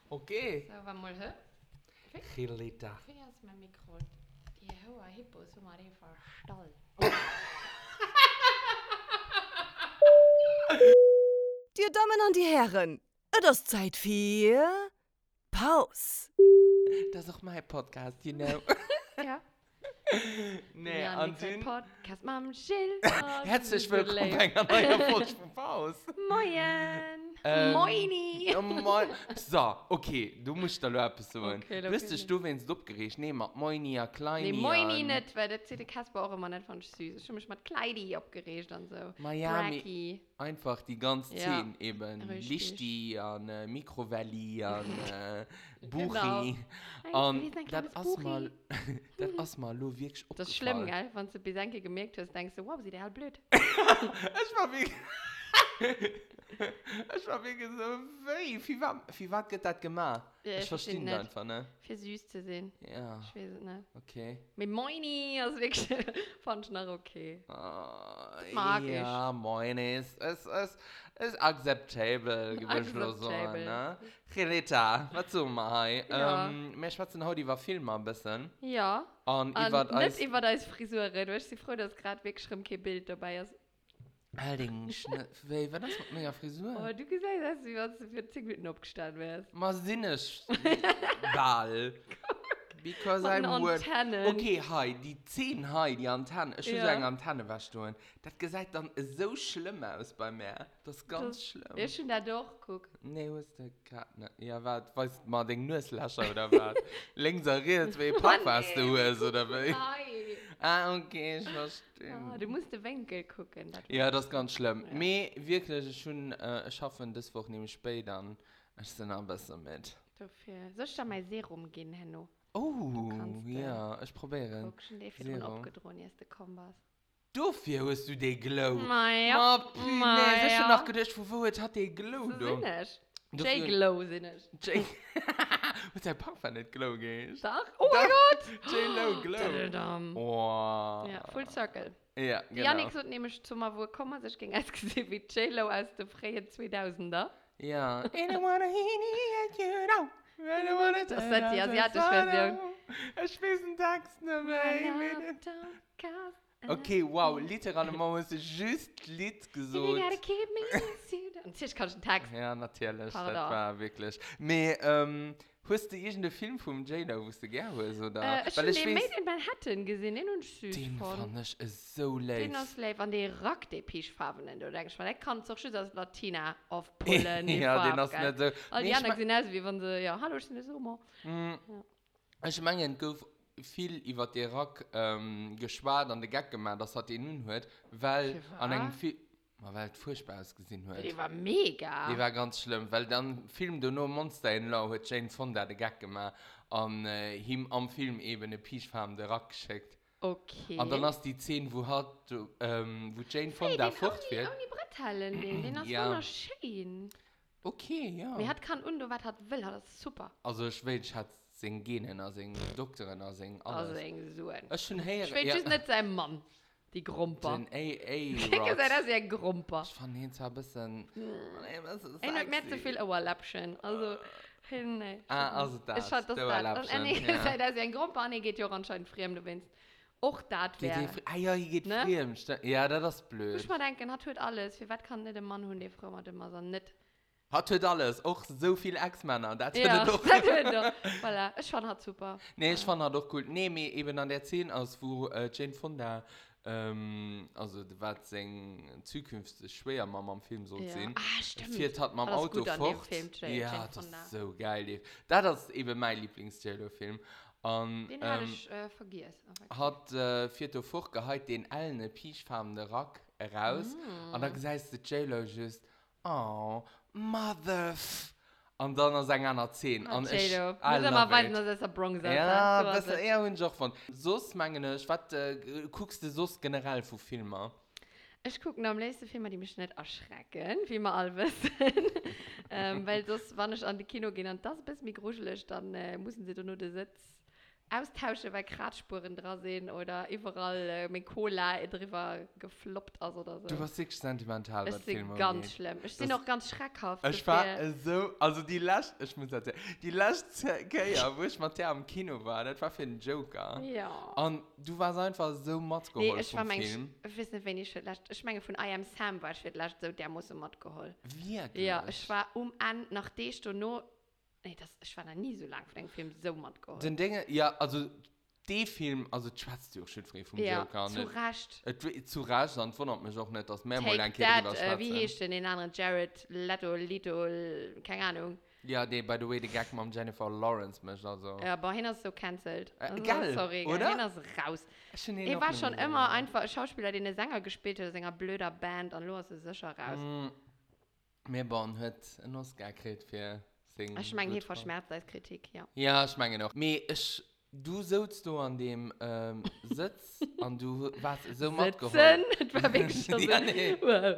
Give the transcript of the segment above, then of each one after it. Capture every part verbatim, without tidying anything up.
Okay. So, war mal hör. Chilita. Wie ist mein Mikro? Die hohe Hippos, so mal den verstall. Die Damen und die Herren, es ist Zeit für Pause. Das ist auch mein Podcast, you know. Ja. Nee, ja, an den... Podcast mit dem Schild. Herzlich willkommen bei einer neuen Folge von Pause. Moin. Ähm, Moini. Ja, moin. So, okay, du musst da noch etwas sagen. Okay, okay, Wüsstest du, wenn es abgeregt? Nee, mit Moini, ja, Kleini. Nee, Moini nicht, weil das sieht der Kasper auch immer nicht von süß. Ich habe mich mit Kleidi abgeregt und so. Miami. Bracky. Einfach die ganze Ja, Szene eben. richtig. Lichti, an äh, Mikrowelli, an äh, Genau. Buchi. Hey, Und wie ist ein das kleines ist mal, Buchi? das ist mal nur wirklich Das ist schlimm, aufgefallen. gell? Wenn du Besenke gemerkt hast, denkst du, wow, sieht der halt blöd. Ich war wirklich... ich war wirklich so, wie, wie, war, wie war das gemacht? Ja, ich ich verstehe verstehe das nicht. einfach, ne? Für süß zu sehen. Ja, Ich weiß es nicht. okay. Mit Moini, also wirklich, fand ich noch okay. Oh, Mag ja, moin ist, es ist, ist acceptable, würde ich nur sagen, Acceptable. ne? Relita, was so mal, Ja. ähm, wir schwatzen heute über Filme ein bisschen. Ja. Und ich Und war als... nicht über deine Frisur. Du bist froh, dass gerade weggeschrieben kein Bild dabei ist. Alter, Schne... Wei, war das mit meiner Frisur? Aber du gesagt hast, wie wenn du für zehn Minuten abgestanden wärst. Mal sinnisch, Ball. Because Mit I'm den weird. Antennen. Okay, hi, die zehn, hi, die Antenne. Ich will Ja. sagen, Antenne was tun. Das gesagt dann so schlimm aus bei mir. Das ist ganz Das- schlimm. Ja, schon da durchguckt. Nee, wo ist der Kat? Ja, was, weißt du mal, den Nusslöscher oder was? Links rechts, wie pack was du hast, oder wie? Nein. Ah, okay, ich verstehe. Ah, du musst den Winkel gucken. Das Ja, das ist ganz schlimm. Ja. Mir wirklich schon äh, schaffen, das Woche nämlich später dann. Ich bin ein bisschen mit. Dafür. Soll ich da mal Serum gehen, Henno? Oh, kannst, äh, ja, ich probiere. Guck schon, der viel Serum. abgedroht, erste Kombas. Dafür hast du den Glow. Maja. Ma, puh, Ma, nee, ich ja. schon noch gedacht, von wo hat der Glow, So du? sinnig. Dafür- J-Glow sinnig. J... Was der Parfum nicht Glow geht? Doch? Oh mein Gott! J-Lo Glow. Dadadam. Oh. Ja, Full Circle. Ja, Die genau. Janik sagt nämlich zu mir, wo kommen sich gegen als gesehen wie J-Lo aus der freien zweitausender. Ja. I don't wanna hear you know. I don't wanna Das ist die asiatische Version. Ich weiß den Text nicht mehr. Okay, wow, literal, man muss just Lied You gesucht. gotta keep me suited. Und sicher kannst du einen Text. Ja, natürlich, Pardon. das war wirklich. Aber, ähm, hast du irgendeinen Film vom J-Lo, wo du gerne hast, oder? Äh, ich habe den Made in Manhattan gesehen, den und süß Den von. fand ich ist so leid. Den aus Slave an den Rock, der Peachfarben, du denkst, weil der kann doch schon als Latina aufpullen. die Ja, den Farbe, hast du gell? nicht so. All Nee, die ich anderen sehen aus, wie wenn sie, ja, hallo, ich bin der Sommer. Mm, Ich meine, gouf viel über den Rock ähm, geschwart und den Gag gemacht, das hat ihn nun hört, weil Für an einem was? Film, weil es furchtbar ausgesehen hat. Die war mega. Die war ganz schlimm, weil dann Film du nur Monster in Law hat Jane Fonda den Gag gemacht und äh, ihm am Film eben eine Peachfarm den Rock geschickt. Okay. Und dann hast die Szene, wo hat du, ähm, wo Jane hey, Fonda den fort auch wird. nicht Bretthallen, den, den hast Ja. du wunderschön. Okay, ja. Mir hat kein Undo, was hat will, das ist super. Also ich weiß, ich hatte seine Genen, also seine Doktorin, also seine Also, alles. irgendwie so ein. Ich schon her. Ich will just nicht sein Mann, die Grumper. Den A A Ich Rock. sei das ja Grumper. Ich fand ihn zwar ein bisschen. Nee, das ist Er hat mehr sexy. zu viel Overlappchen. Also, hey, nee. Ah, also das. Ich fand das der das. Und Overlappchen, er ja. sei das ja ein Grumper, und er geht ja auch anscheinend fremd, du willst. Auch das Geht wäre. die fr- Ah ja, hier geht Ne? fremd. sta- Ja, das ist blöd. Ich mal denken, hat heute alles. Für was kann nicht der Mann und die Frau mal immer so nicht? Hat heute alles. Auch so viele Ex-Männer. Das Ja, ja, das doch. wird doch. Voilà, ich fand das super. Nee, ich fand das doch cool. Nee, mir eben an der Szene aus, wo äh, Jane Fonda, ähm, also, was sein zukünftig schwer man am Film so Ja. sehen. Ah, stimmt. Viert hat man am Alles Auto gut an dem fort. Film, Jane- ja, Jane das Fonda. ist so geil. Das ist eben mein Lieblings-J-Lo-Film. Und, Den hatte ähm, ich äh, vergessen. hat äh, vier vorgehalten den allen peachfarbenen Rock raus Mm. und dann sagst du J-Lo just oh mother f-" und dann noch sagen einer zehn Ah, und ich J-Lo. I Muss love immer weiter, it. dass es ein Bronze ist. ja So, das also- ist eher ein Job von Sos meine ich was äh, guckst du Sos generell für Filme Ich gucke am nächsten Filme, die mich nicht erschrecken, wie wir alle wissen. ähm, weil das, wenn ich an die Kino gehe und das ein bisschen gruselig, dann äh, müssen sie da nur den Sitz austauschen, weil Kratzspuren dran sind oder überall äh, mit Cola drüber gefloppt also oder so. Du warst wirklich sentimental, Das was ist Filme ganz angeht. schlimm. Ich Das- bin auch ganz schreckhaft. Ich dafür. war äh, so, also die letzte, ich muss erzählen, die letzte Geier, wo ich mit dir am Kino war, das war für einen Joker. Ja. Und du warst einfach so matt geholt Nee, ich war vom mein, Film. ich weiß nicht, wenn ich vielleicht, ich meine von I Am Sam war ich vielleicht so, der muss im Mod geholt. Wirklich? Ja, ich war um an, nach der Stunde nur, nee, das, ich war noch nie so lang für den Film so Mod geholt. Den Dinge, ja, also, der Film, also, du hast ja auch schon frei vom Ja, Joker. zu nicht? Recht. Et, zu Recht, dann wundert mich auch nicht, dass mehrmals ein Take Kind that, äh, wie hieß denn den anderen, Jared Leto, Leto, keine Ahnung. Ja, der, by the way, der Gag mit Jennifer Lawrence mich, also. Ja, aber hin ist so cancelled. Äh, Also, geil, sorry, oder? hin ist raus. Ich finde ihn Ich noch war nicht schon mehr immer so. einfach ein Schauspieler, den einen Sänger gespielt hat, Sänger blöder Band, und los ist sicher raus. Mm, mir bauen hat einen Oscar gekriegt für Singen. Ich meine, hier verschmerzt als Kritik, ja. Ja, ich meine noch. Me, ich, du sitzt du an dem ähm, Sitz und du warst so matt geholt. Sitzen, das war wirklich schon so. Ja, nee.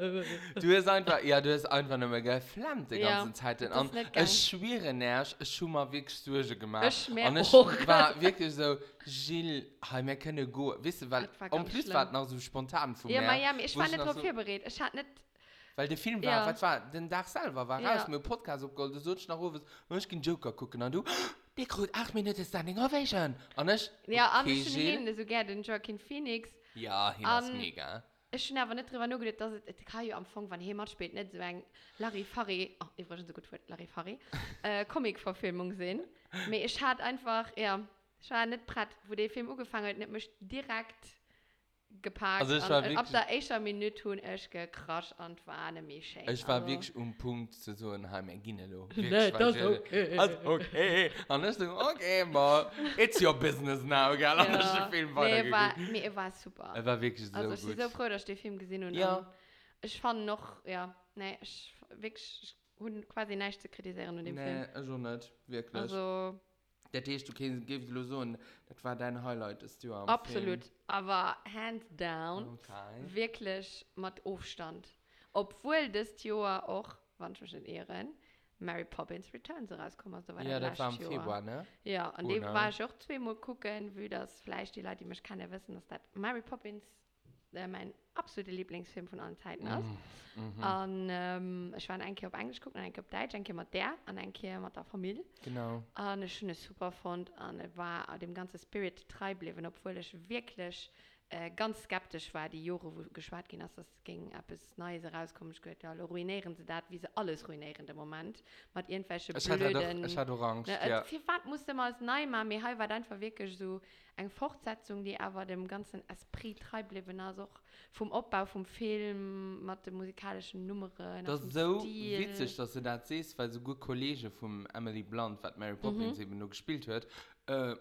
Du hast einfach, ja, du hast einfach nur mehr geflammt die Ja, ganze Zeit. das Und ist nicht geil. ich schwöre nicht, ich habe mal wirklich Durche gemacht. Ich mir und ich auch. war wirklich so, Gilles, hey, wir können gehen. Weißt du, weil, Das war und ganz plus schlimm. war es noch so spontan von Ja, mir. Miami, ich wo war nicht noch darauf so- vorbereitet. Ich hatte nicht. Weil der Film war, Ja. was war, den Tag selber war Ja. raus, mit dem Podcast abgeholt, du sollst nach oben, und ich gehe Joker gucken, und du, der kriegt acht Minuten Standing Ovation. Und ich, Ja, okay, und ich Gilles. finde so gerne den Joaquin Phoenix. Ja, hier ist Um, mega. Ich habe aber nicht drüber nachgedacht, dass es, es kann ja am Anfang, wenn jemand spielt, nicht so ein Larifari, oh, ich weiß nicht so gut, Larifari, äh, Comic-Verfilmung sehen. Aber ich hatte einfach, ja, ich war nicht bereit, wo der Film angefangen hat, nicht mich direkt gepackt. Also ich Und, war äh, wirklich- ab der ersten Minute tun ich gekrascht und war nicht mehr schön. Ich war also. wirklich um Punkt zu so ein Heim Ginelo. Nee, das ist okay. Also, okay. Und ich so, okay, ma, it's your business now, gell? Und ich den Film nee, weitergeguckt. war, mir war super. Er war wirklich so Also ich gut. bin so froh, dass ich den Film gesehen habe. Ja. Und ich fand noch, ja, nee, ich wirklich, ich habe quasi nichts zu kritisieren in dem Nee, Film. also nicht, wirklich. Also, Der Tisch, du kannst gibst du so ein, das war dein Highlight, ist du am absolut. Aber hands down, Film. Okay. wirklich mit Aufstand. Obwohl das Jahr auch, wann schon in Ehren, Mary Poppins Returns rauskommt. Also war Ja, der das war im letzte Jahr. Februar, ne? Ja, und Oh, dem ne? war ich auch zweimal gucken, wie das vielleicht die Leute, die mich kennen, wissen, dass das Mary Poppins äh, mein absoluter Lieblingsfilm von allen Zeiten ist. Mhm. Und ähm, ich war ein Keer auf Englisch gucken, ein Keer auf Deutsch, ein Keer mit der und ein Keer mit der Familie. Genau. Und ich finde es super fand und es war an dem ganzen Spirit treu geblieben, obwohl ich wirklich äh, ganz skeptisch war, die Jahre, wo geschwärzt ging, dass das ging, etwas Neues rauskommt. Ich gehört, ja, ruinieren sie das, wie sie alles ruinieren im Moment. Mit irgendwelchen Ich hatte, blöden... doch, ich hatte Orange, Ne, ja. äh, Für was musste man als neu machen? Mir war einfach wirklich so eine Fortsetzung, die aber dem ganzen Esprit treu geblieben ist, also auch vom Aufbau vom Film, mit den musikalischen Nummern. Das dem ist so Stil. witzig, dass du das siehst, weil so gut Kollege von Emily Blunt, was Mary Poppins Mhm. eben noch gespielt hat, äh,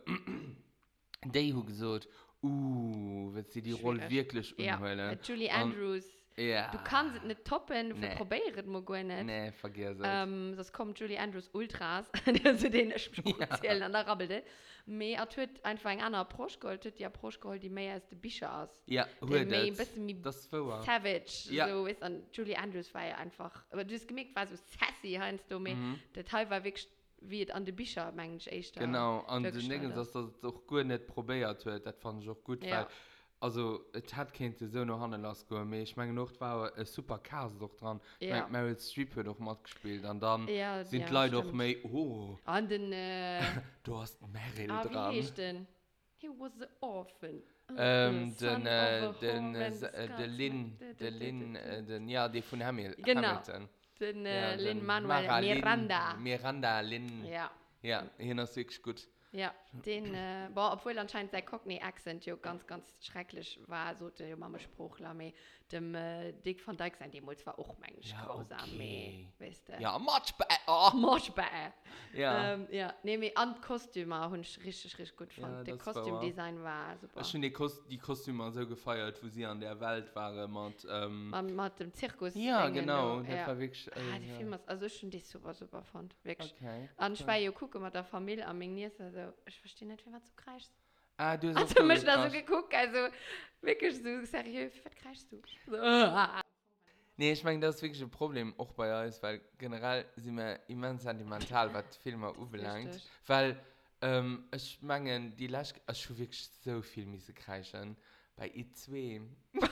die hat gesagt, uh, wird sie die Rolle Schwierig. wirklich Ja, umholen. äh, Julie Und- Andrews. Ja. Du kannst es nicht toppen, Nee. nee. probieren wir gar nicht. Nee, vergiss es. Ähm, das kommt Julie Andrews Ultras, also den Spruch Ja. zählen an der Rabbelte. Aber er hat einfach einen anderen Approach geholt, die Approach geholt, die mehr als die Bücher aus. ja, Der hol mehr ein das. bisschen mehr Das ist wahr. Savage, Ja. so ist und Julie Andrews war ja einfach, aber du hast gemerkt, war so sassy, heinst du, mir. Mhm. Der Teil war wirklich wie es an den Bücher, manchmal echt. da Genau, und wirklich den Dingen, war dass das doch gut nicht probiert wird, das fand ich auch gut, Ja. weil, also, es hat keine so noch handeln lassen, aber ich meine, noch war ein super Cast doch dran. Ich Ja. meine, Meryl Streep hat doch mitgespielt, und dann Ja, sind ja, die Leute auch stimmt. mehr, oh, An den, äh, du hast Meryl ah, dran. wie heißt denn? He was the orphan. Ähm, The den, son äh, of a den, whore äh, and the äh, der Scotsman. Lin, D- d- der d- Lin, d- äh, den, ja, die von Hamil Genau. Hamilton. Den Ja, äh, den Lin Manuel Mara Lin- Miranda. Miranda Lin. Ja, Ja, hier ist wirklich gut. ja, den, äh, boah, obwohl anscheinend sein Cockney-Accent ja ganz, ganz schrecklich war, so der Mama-Spruch, mit dem äh, Dick van Dyke sein, dem war auch manchmal Ja, grausam, okay. meh, weißt du. Ja, much better. Much better. Ja. Ähm, ja, nee, mir an Kostüme habe ich richtig, richtig gut Ja, fand. Der das war Kostümdesign war super. Ich finde die, Kos die Kostüme so gefeiert, wo sie an der Welt waren. Mit, ähm, Man mit dem Zirkus. ja, Dingen genau. da, Das ja. war wirklich. Äh, Ah, der ja. Film ist, also ich finde das super, super fand. Wirklich. Okay. Und ich cool. war ja gucken mit der Familie am Ignis, also ich verstehe nicht, wie man so kreischt. Ah, du hast Also auch mich da so geguckt. geguckt, also wirklich so seriös, was kreischst du? So, ah. Nee, ich meine, das ist wirklich ein Problem auch bei uns, weil generell sind wir immens sentimental, was Filme anbelangt. richtig. Weil Ähm, ich meine, die Lasch, ich habe wirklich so viel müssen kreischen. Bei I zwei.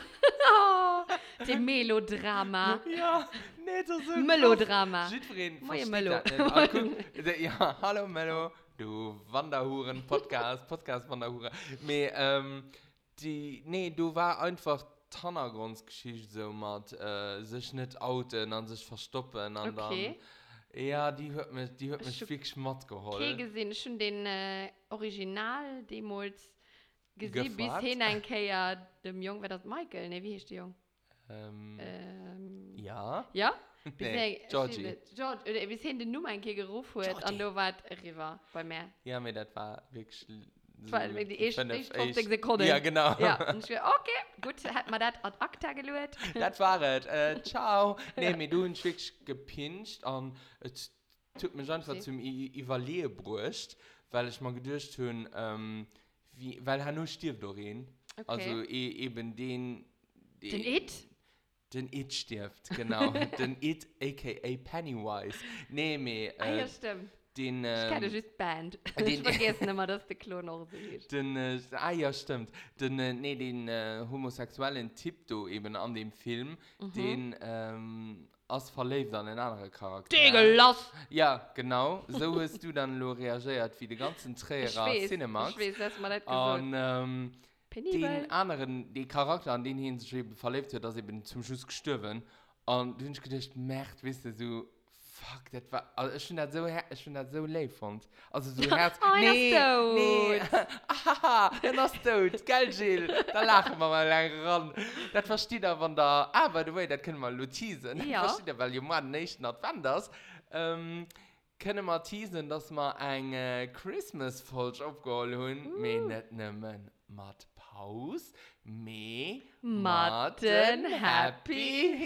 Oh, die Melodrama. Ja, nicht so. Melodrama. Südfrieden Moje versteht Melo. das nicht. Ah, guck, der- ja, hallo Melo, du Wanderhuren, Podcast, Podcast Wanderhuren. Me, ähm, die, nee, du war einfach die Hintergrundgeschichte so mit, äh, sich nicht outen und sich verstoppen und Okay. dann, ja, die hat mich, die hat mich Schon- wirklich matt Okay, geholt. gesehen, schon den äh, Original, Demos gesehen, bis Gefahrt? hin ein Kehr dem Jungen, wer das Michael, ne, wie heißt der Jung? Ähm, Ähm, ja. ja? Bis Nee, hin- Georgie. stimmt, George, oder bis hin den Nummer ein Kehr gerufen hat, Georgie. und da war es River bei mir. Ja, mir das war wirklich. Das war die ersten fünf- ersten fünfzig echt- Sekunden. Ja, genau. Ja, und ich war, okay, gut, hat man das ad acta gelöst. Das war es. Äh, ciao. Nee, mir du hast wirklich gepinscht und es tut mir einfach Sie. zum Evaluieren gebracht, weil ich mal gedacht habe, ähm, wie, weil er nur stirbt, Doreen. Okay. Also e eben den. Den It? Den It stirbt, genau. Den It, aka Pennywise. Nee, mir. Ah, ja, Äh, stimmt. den. Ich kenne Ähm, just Band. den- Ich vergesse immer, dass der Klon auch so ist. den, äh, ah ja, stimmt. Den, äh, nee, den äh, homosexuellen Typ da eben an dem Film, Mhm. den ähm, als verlebt an einen anderen Charakter. Digelass! Ja, genau. So hast du dann nur reagiert wie die ganzen Ich Träger weiß, Cinemax. ich weiß, dass man das gesagt Und ähm, Penibel. den anderen, die Charakter, an den hin sich eben verlebt hat, dass eben zum Schluss gestorben. Und du hast gedacht, merkt, wisst du, so, fuck, das war, also ich finde das so, her- ich finde das so leid fand. Also so Herz, Oh, er nee, ist tot. nee, haha, er ist tot, geil, Jill, da lachen wir mal lang ran. Das versteht er, wenn da, aber du weißt, das können wir nur teasen. Ja. Das versteht er, weil jemand nicht not anders. Ähm, können wir teasen, dass wir eine Christmas-Folge aufgeholt haben, uh. mir nicht nehmen mit Pause, mehr Mit den Happy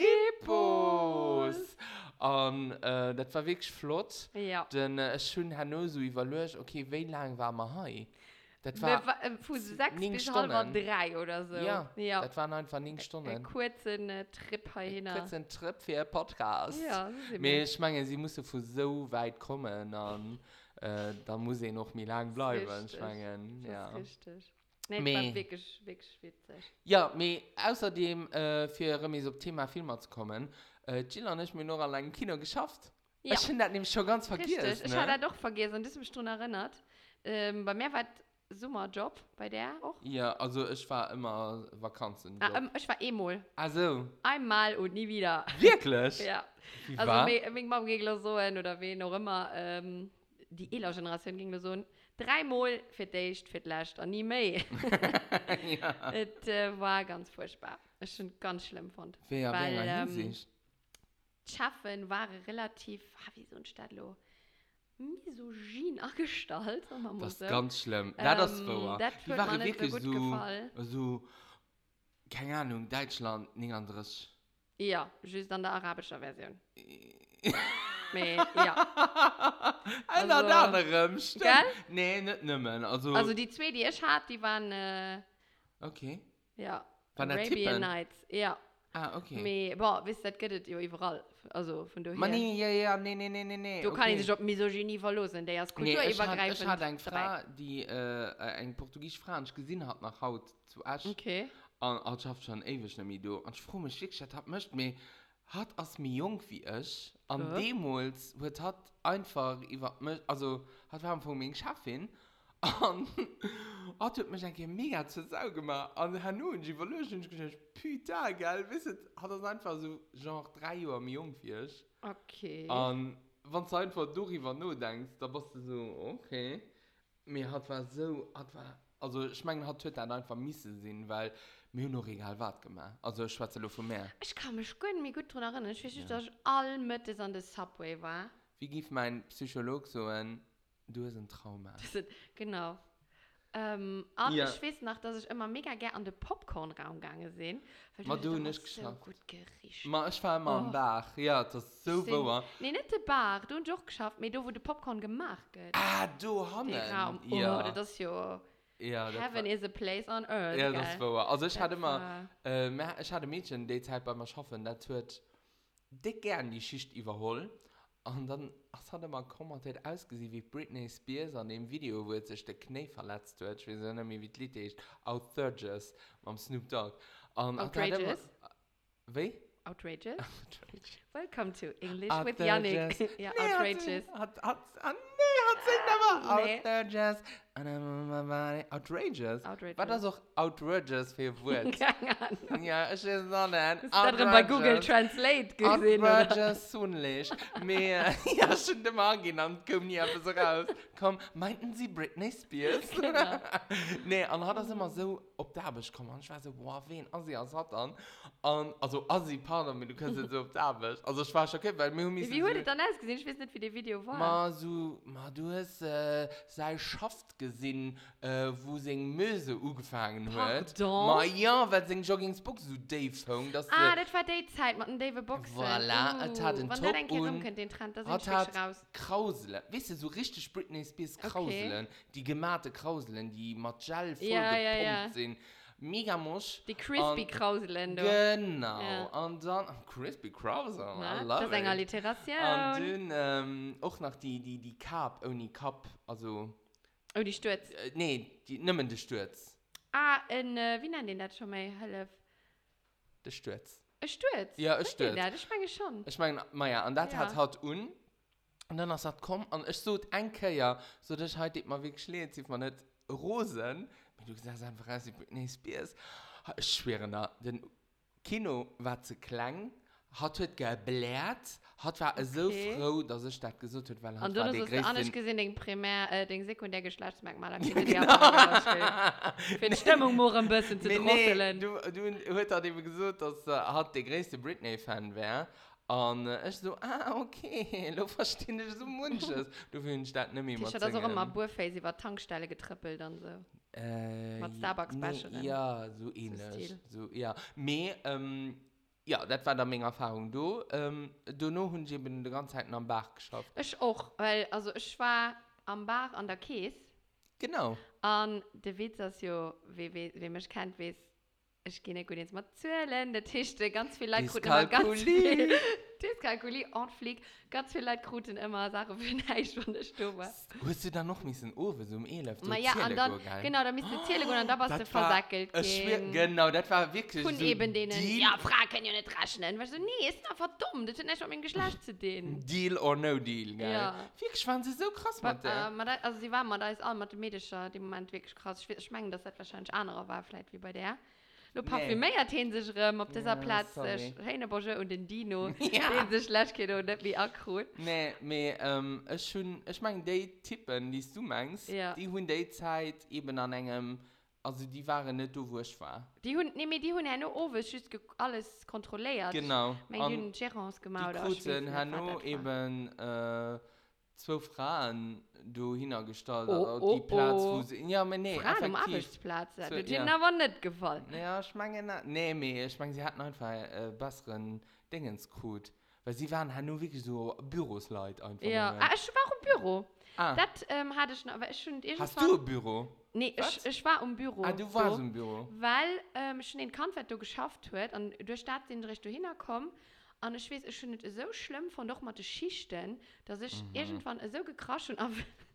Hippos. Und äh, das war wirklich flott. Ja. Denn äh, ich habe nur so überlegt, okay, wie lange waren wir hier? Das Wir war, wa- äh, Von sechs neun bis halb Stunden. drei oder so. ja, ja. das waren einfach neun Ein Stunden. kurzen äh, Trip hierhin. Kurz ein Trip für einen Podcast. Ja, das ist Aber ich meine, sie musste von so weit kommen und äh, da muss ich noch mehr lang bleiben. richtig. Ich meine, ja. Das ist richtig. Nee, es Me. war wirklich, wirklich witzig. Ja, aber außerdem, äh, für Remis auf Thema Filme zu kommen, äh, Jill und ich mir noch allein im Kino geschafft. Ja. Ich finde das nämlich schon ganz vergessen. Richtig, ich ne? hatte das doch vergessen und das hat mich schon erinnert. Ähm, bei mir war es Sommerjob, bei der auch. Ja, also ich war immer Vakanzen. Ah, ähm, ich war eh-mal. Also, Einmal und nie wieder. wirklich? Ja. Wie Also, war? wegen Mom ging das so hin oder wen auch immer. Ähm, die Ela-Generation ging das so hin. Dreimal für dich, für die Last und nie mehr. Ja. Es äh, war ganz furchtbar. Ich schon ganz schlimm fand. Wer, Weil, wer ähm, Hinsicht? Schaffen war relativ, ah, wie so ein Stadtlo, misogyn angestalt. sagen wir mal Das ist so. ganz schlimm. Ähm, das ist wahr. Das Die hat waren mir nicht so wirklich gut so, gefallen. so, keine Ahnung, Deutschland, nicht anderes. Ja, just an der arabischen Version. Me, ja. Einer Also, der anderen, stimmt. gell? Nee, nicht nimmer. Also, Also die zwei, die ich hatte, die waren, äh, okay. ja, Von der Arabian Tippen? Nights. Ja. Ah, okay. Me, boah, wisst ihr, das geht es ja überall. Also von daher. Man, nee, ja, ja, nee, nee, nee, nee, nee. Du okay. kannst dich auf Misogynie verlosen, der ist Nee, ich hatte kulturübergreifend. ich hatte eine dabei. Frau, die äh, äh, eine portugiesische Frau die ich gesehen hat nach Haut zu Asch. Okay. Und und ich habe schon ewig nicht mehr da. Und ich frage mich wirklich, ich habe mich mir hat als mir jung wie ich an Ja. Demos wird hat einfach über mich, also hat wir von mir Chefin und hat hat mich eigentlich mega zu Sau gemacht und hat nur in die Evolution gesagt, putain, geil, wisst ihr, hat das einfach so genre drei Jahre mir jung wie ich. Okay. Und wenn du einfach darüber nachdenkst, da bist du so, okay. Mir hat war so, hat war, also ich meine, hat heute einfach missen sehen, weil mir noch egal was gemacht. Also ich schwätze nur von mehr. Ich kann mich gut, mich gut daran erinnern. Ich weiß nicht, Ja. dass ich all mit an der Subway war. Wie gibt mein Psychologe so ein, du hast ein Trauma? Das ist, genau. Ähm, und Ja. ich weiß noch, dass ich immer mega gerne an den Popcorn-Raum gegangen bin. Weil Ma, das du da nicht so geschafft. gut geriecht. Ma, ich war immer am Oh. Bach. Ja, das ist so Ich seh- wahr. Nee, nicht der Bar. Du hast auch geschafft, aber da, wo der Popcorn gemacht wird. Ah, du Hanne. Der Raum. Oh, Ja. das ist ja... Ja, das Heaven war, is a place on earth. ja, gell? das war wahr. Also ich Das hatte immer, war- äh, mehr- ich hatte Mädchen, die Zeit bei mir schaffen, das wird dick gern die Schicht überholen. Und dann es hat er mal kommentiert ausgesehen wie Britney Spears an dem Video, wo er sich der Knie verletzt hat. Ich weiß nicht mehr, wie das Lied ist. Outrageous, mit Snoop Dogg. Und Outrageous? Wie? Outrageous? Outrageous. Welcome to English Outrageous. with Yannick. Ja, Nee, outrageous. Hat, hat, hat, nee, hat sie nicht mehr. Nee. Outrageous. And I'm my body. Outrageous. Outrageous. War das auch outrageous für Wort? Keine Ahnung. Ja, ich weiß noch nicht. Hast du da drin bei Google Translate gesehen? oder? Outrageous sunlich. Mehr, ja, schon dem Angehen, dann kommen die einfach so raus. Komm, meinten Sie Britney Spears? Genau. Nee, und hat das immer so auf der Arbeit gekommen. Und ich war so, wow, wen Assi als hat dann? Und, also Assi, pardon, aber du kannst jetzt so auf der Arbeit. Also ich war schon okay, weil wir Wie müssen wurde so... das dann ausgesehen? Ich weiß nicht, wie das Video war. Ma, so, ma, du hast äh, sei Schaft gesehen, äh, wo sie Möse angefangen hat. Pardon? Ma, ja, weil sie Joggingsbook so Dave hung. Das, Ah, äh, das war die Zeit mit dem David Boxen. Voilà, uh, es hat einen wenn Top der ein Kind und umkommt, den Trend, da sind hat ich hat raus. Krauseln. Weißt du, so richtig Britney Spears Krauseln. Die gemachte Krauseln, die mit Gel voll Ja, gepumpt ja, ja. sind. Mega musch. Die Crispy Und- Krauseln. du. Genau. Ja. Und dann, oh, Crispy Krauser, I Na, love das ist eine it. Alliteration. Und dann ähm, auch noch die, die, die Cup, ohne Cup, also... Oh, die Stürz. Äh, nee, die nimmen den Sturz. Ah, ein, äh, wie nennt den das schon mal? Hallo. Der Sturz. Ein Sturz? Ja, ein Nennt Sturz. den das? Ich meine schon. Ich meine, Maja, und das Ja. hat halt un. Und dann hast du gesagt, komm, und ich so ein ja, so dass ich heute mal wirklich schlägt, sieht man nicht Rosen. Wie du gesagt hast, einfach als Britney Spears. Ich schwöre, na, den Kino war zu klein, hat heute gebläht, hat war okay. so Okay. froh, dass ich das gesagt habe, weil Und hat du war hast die es anders größten... gesehen, den Primär, äh, den Sekundärgeschlechtsmerkmal. Ja, genau. Für die Stimmung nur ein bisschen zu Nee, nee, drosseln. du, du hast halt eben gesagt, dass er halt der größte Britney-Fan wäre. Und äh, ich so, ah, okay, du verstehst nicht so manches. Du findest das nicht mehr Ich mal habe das auch immer Burface über Tankstelle getrippelt und so. Äh, Mit Starbucks nee, Bashenen. Ja, so ähnlich. Stil. So, ja. Me, ähm, ja, das war dann meine Erfahrung. Du, ähm, du noch hast du eben die ganze Zeit am Bach geschafft. Ich auch, weil also ich war am Bar an der Käse Genau. und der Witz ist ja, wie, wie, wie mich kennt, weiß, ich gehe nicht gut ins Mal zählen, der Tisch, der ganz viel Leute kruten immer ganz viel, Dyskalkulie und Flieg, ganz viel Leute kruten immer Sachen für eine Stunde Stube. Hast du dann noch ein bisschen Ofen, so um elf? So Ma ja, und dann, Zähne, genau, da bist du zählen und dann warst du Das war versackelt ein schwer- gehen. Genau, das war wirklich Von so eben denen, Deal, ja, Frauen können ja nicht rechnen. Weißt du, nee, ist einfach dumm, das hat nicht um ein Geschlecht zu denen. Deal or no deal, gell? Ja. Wirklich waren sie so krass Aber, mit der. äh, man da, also sie war mal, da ist auch mathematischer, im Moment wirklich krass. Ich, ich meine, dass das wahrscheinlich anderer war, vielleicht wie bei der. Nur Nee. parfümiert hin sich rum, auf dieser Ja, Platz, sorry. äh, Heine Bourget und den Dino, Ja. den sich schlecht geht und nicht wie akut. Nee, me, ähm, ich, schon, ich meine, die Tippen, die du meinst, Ja. die haben die Zeit eben an einem, also die waren nicht da, wo ich war. Die Hund, nee, die haben ja nur oben just ge- alles kontrolliert. Genau. Mein Und Jungen Gerance gemacht. die oder ich weiß Kruten nicht, haben was nur das war. eben äh, zwei Frauen da hingestellt, Oh, auf oh, die Platz, oh. wo sie, ja, aber nee, Frauen am effektiv. Arbeitsplatz. Das So, hat ja. ihnen aber nicht gefallen. Ja, ich meine, na- nee, me, ich meine, sie hatten einfach äh, besseren Dingenscode. Weil sie waren halt nur wirklich so Bürosleute einfach. Ja, nur. ah, ich war auch im Büro. Ah, Das ähm, hatte ich noch, aber ich schon irgendwann... hast du ein Büro? Nee, Was? ich, ich war im Büro. Ah, du so. warst im Büro. Weil ähm, ich schon den Kanfett da geschafft hat und durch das sind Richtung hingekommen und ich weiß, ich schon nicht so schlimm von doch mal die Schichten, dass ich Mhm. irgendwann so gekrascht und auf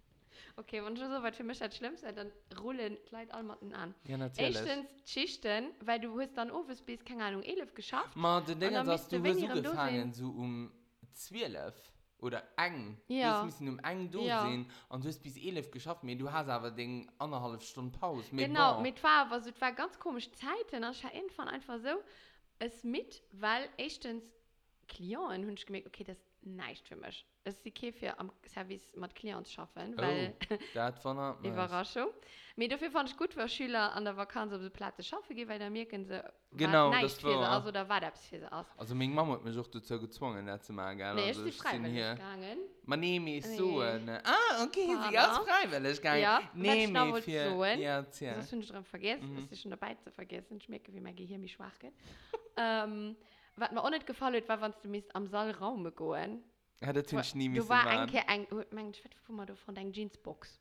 okay, wenn schon so weit für mich das Schlimmste, dann rollen die Leute alle mal an. Ja, natürlich. Erstens die Schichten, weil du hast dann oben bis, keine Ahnung, elf geschafft. Ma, den Ding dann ist, dass müsste, du wenn so ihr im Do gefangen, so um zwölf oder eng. Ja. Du musst um eng da Ja. sein und du hast bis elf geschafft, aber du hast aber den anderthalb Stunden Pause. Mit Genau, Bar. mit war, also, es war ganz komische Zeiten und ich habe irgendwann einfach so es mit, weil erstens Klienten habe ich gemerkt, okay, das ist nicht für mich. Es ist okay für am Service mit Klienten zu arbeiten, weil Oh, das war nicht Überraschung. Mir dafür fand ich gut, weil Schüler an der Vakanz auf die Platte arbeiten gehen, weil da merken sie, Genau, was das nicht für sie, war- also da war das für sie aus. Also, meine Mama hat mich auch dazu gezwungen, das zu machen. Gell? Nee, also, ist die ich bin freiwillig hier. gegangen. Man nehme ich so. Nee. Ne? Ah, okay, sie Pardon? ist freiwillig gegangen. Ja, was ich noch nehme ich wollte für. sagen, Ja, erzähl. Das habe ich dran vergessen, Mhm. das ist schon dabei zu vergessen. Ich merke, wie mein Gehirn mich schwach geht. ähm, was mir auch nicht gefallen hat, war, wenn du misst am Saalraum gehen. Ja, das finde ich nie Du müssen war machen. ein, ein, oh, mein, ich weiß, mal, du von deiner Jeansbox.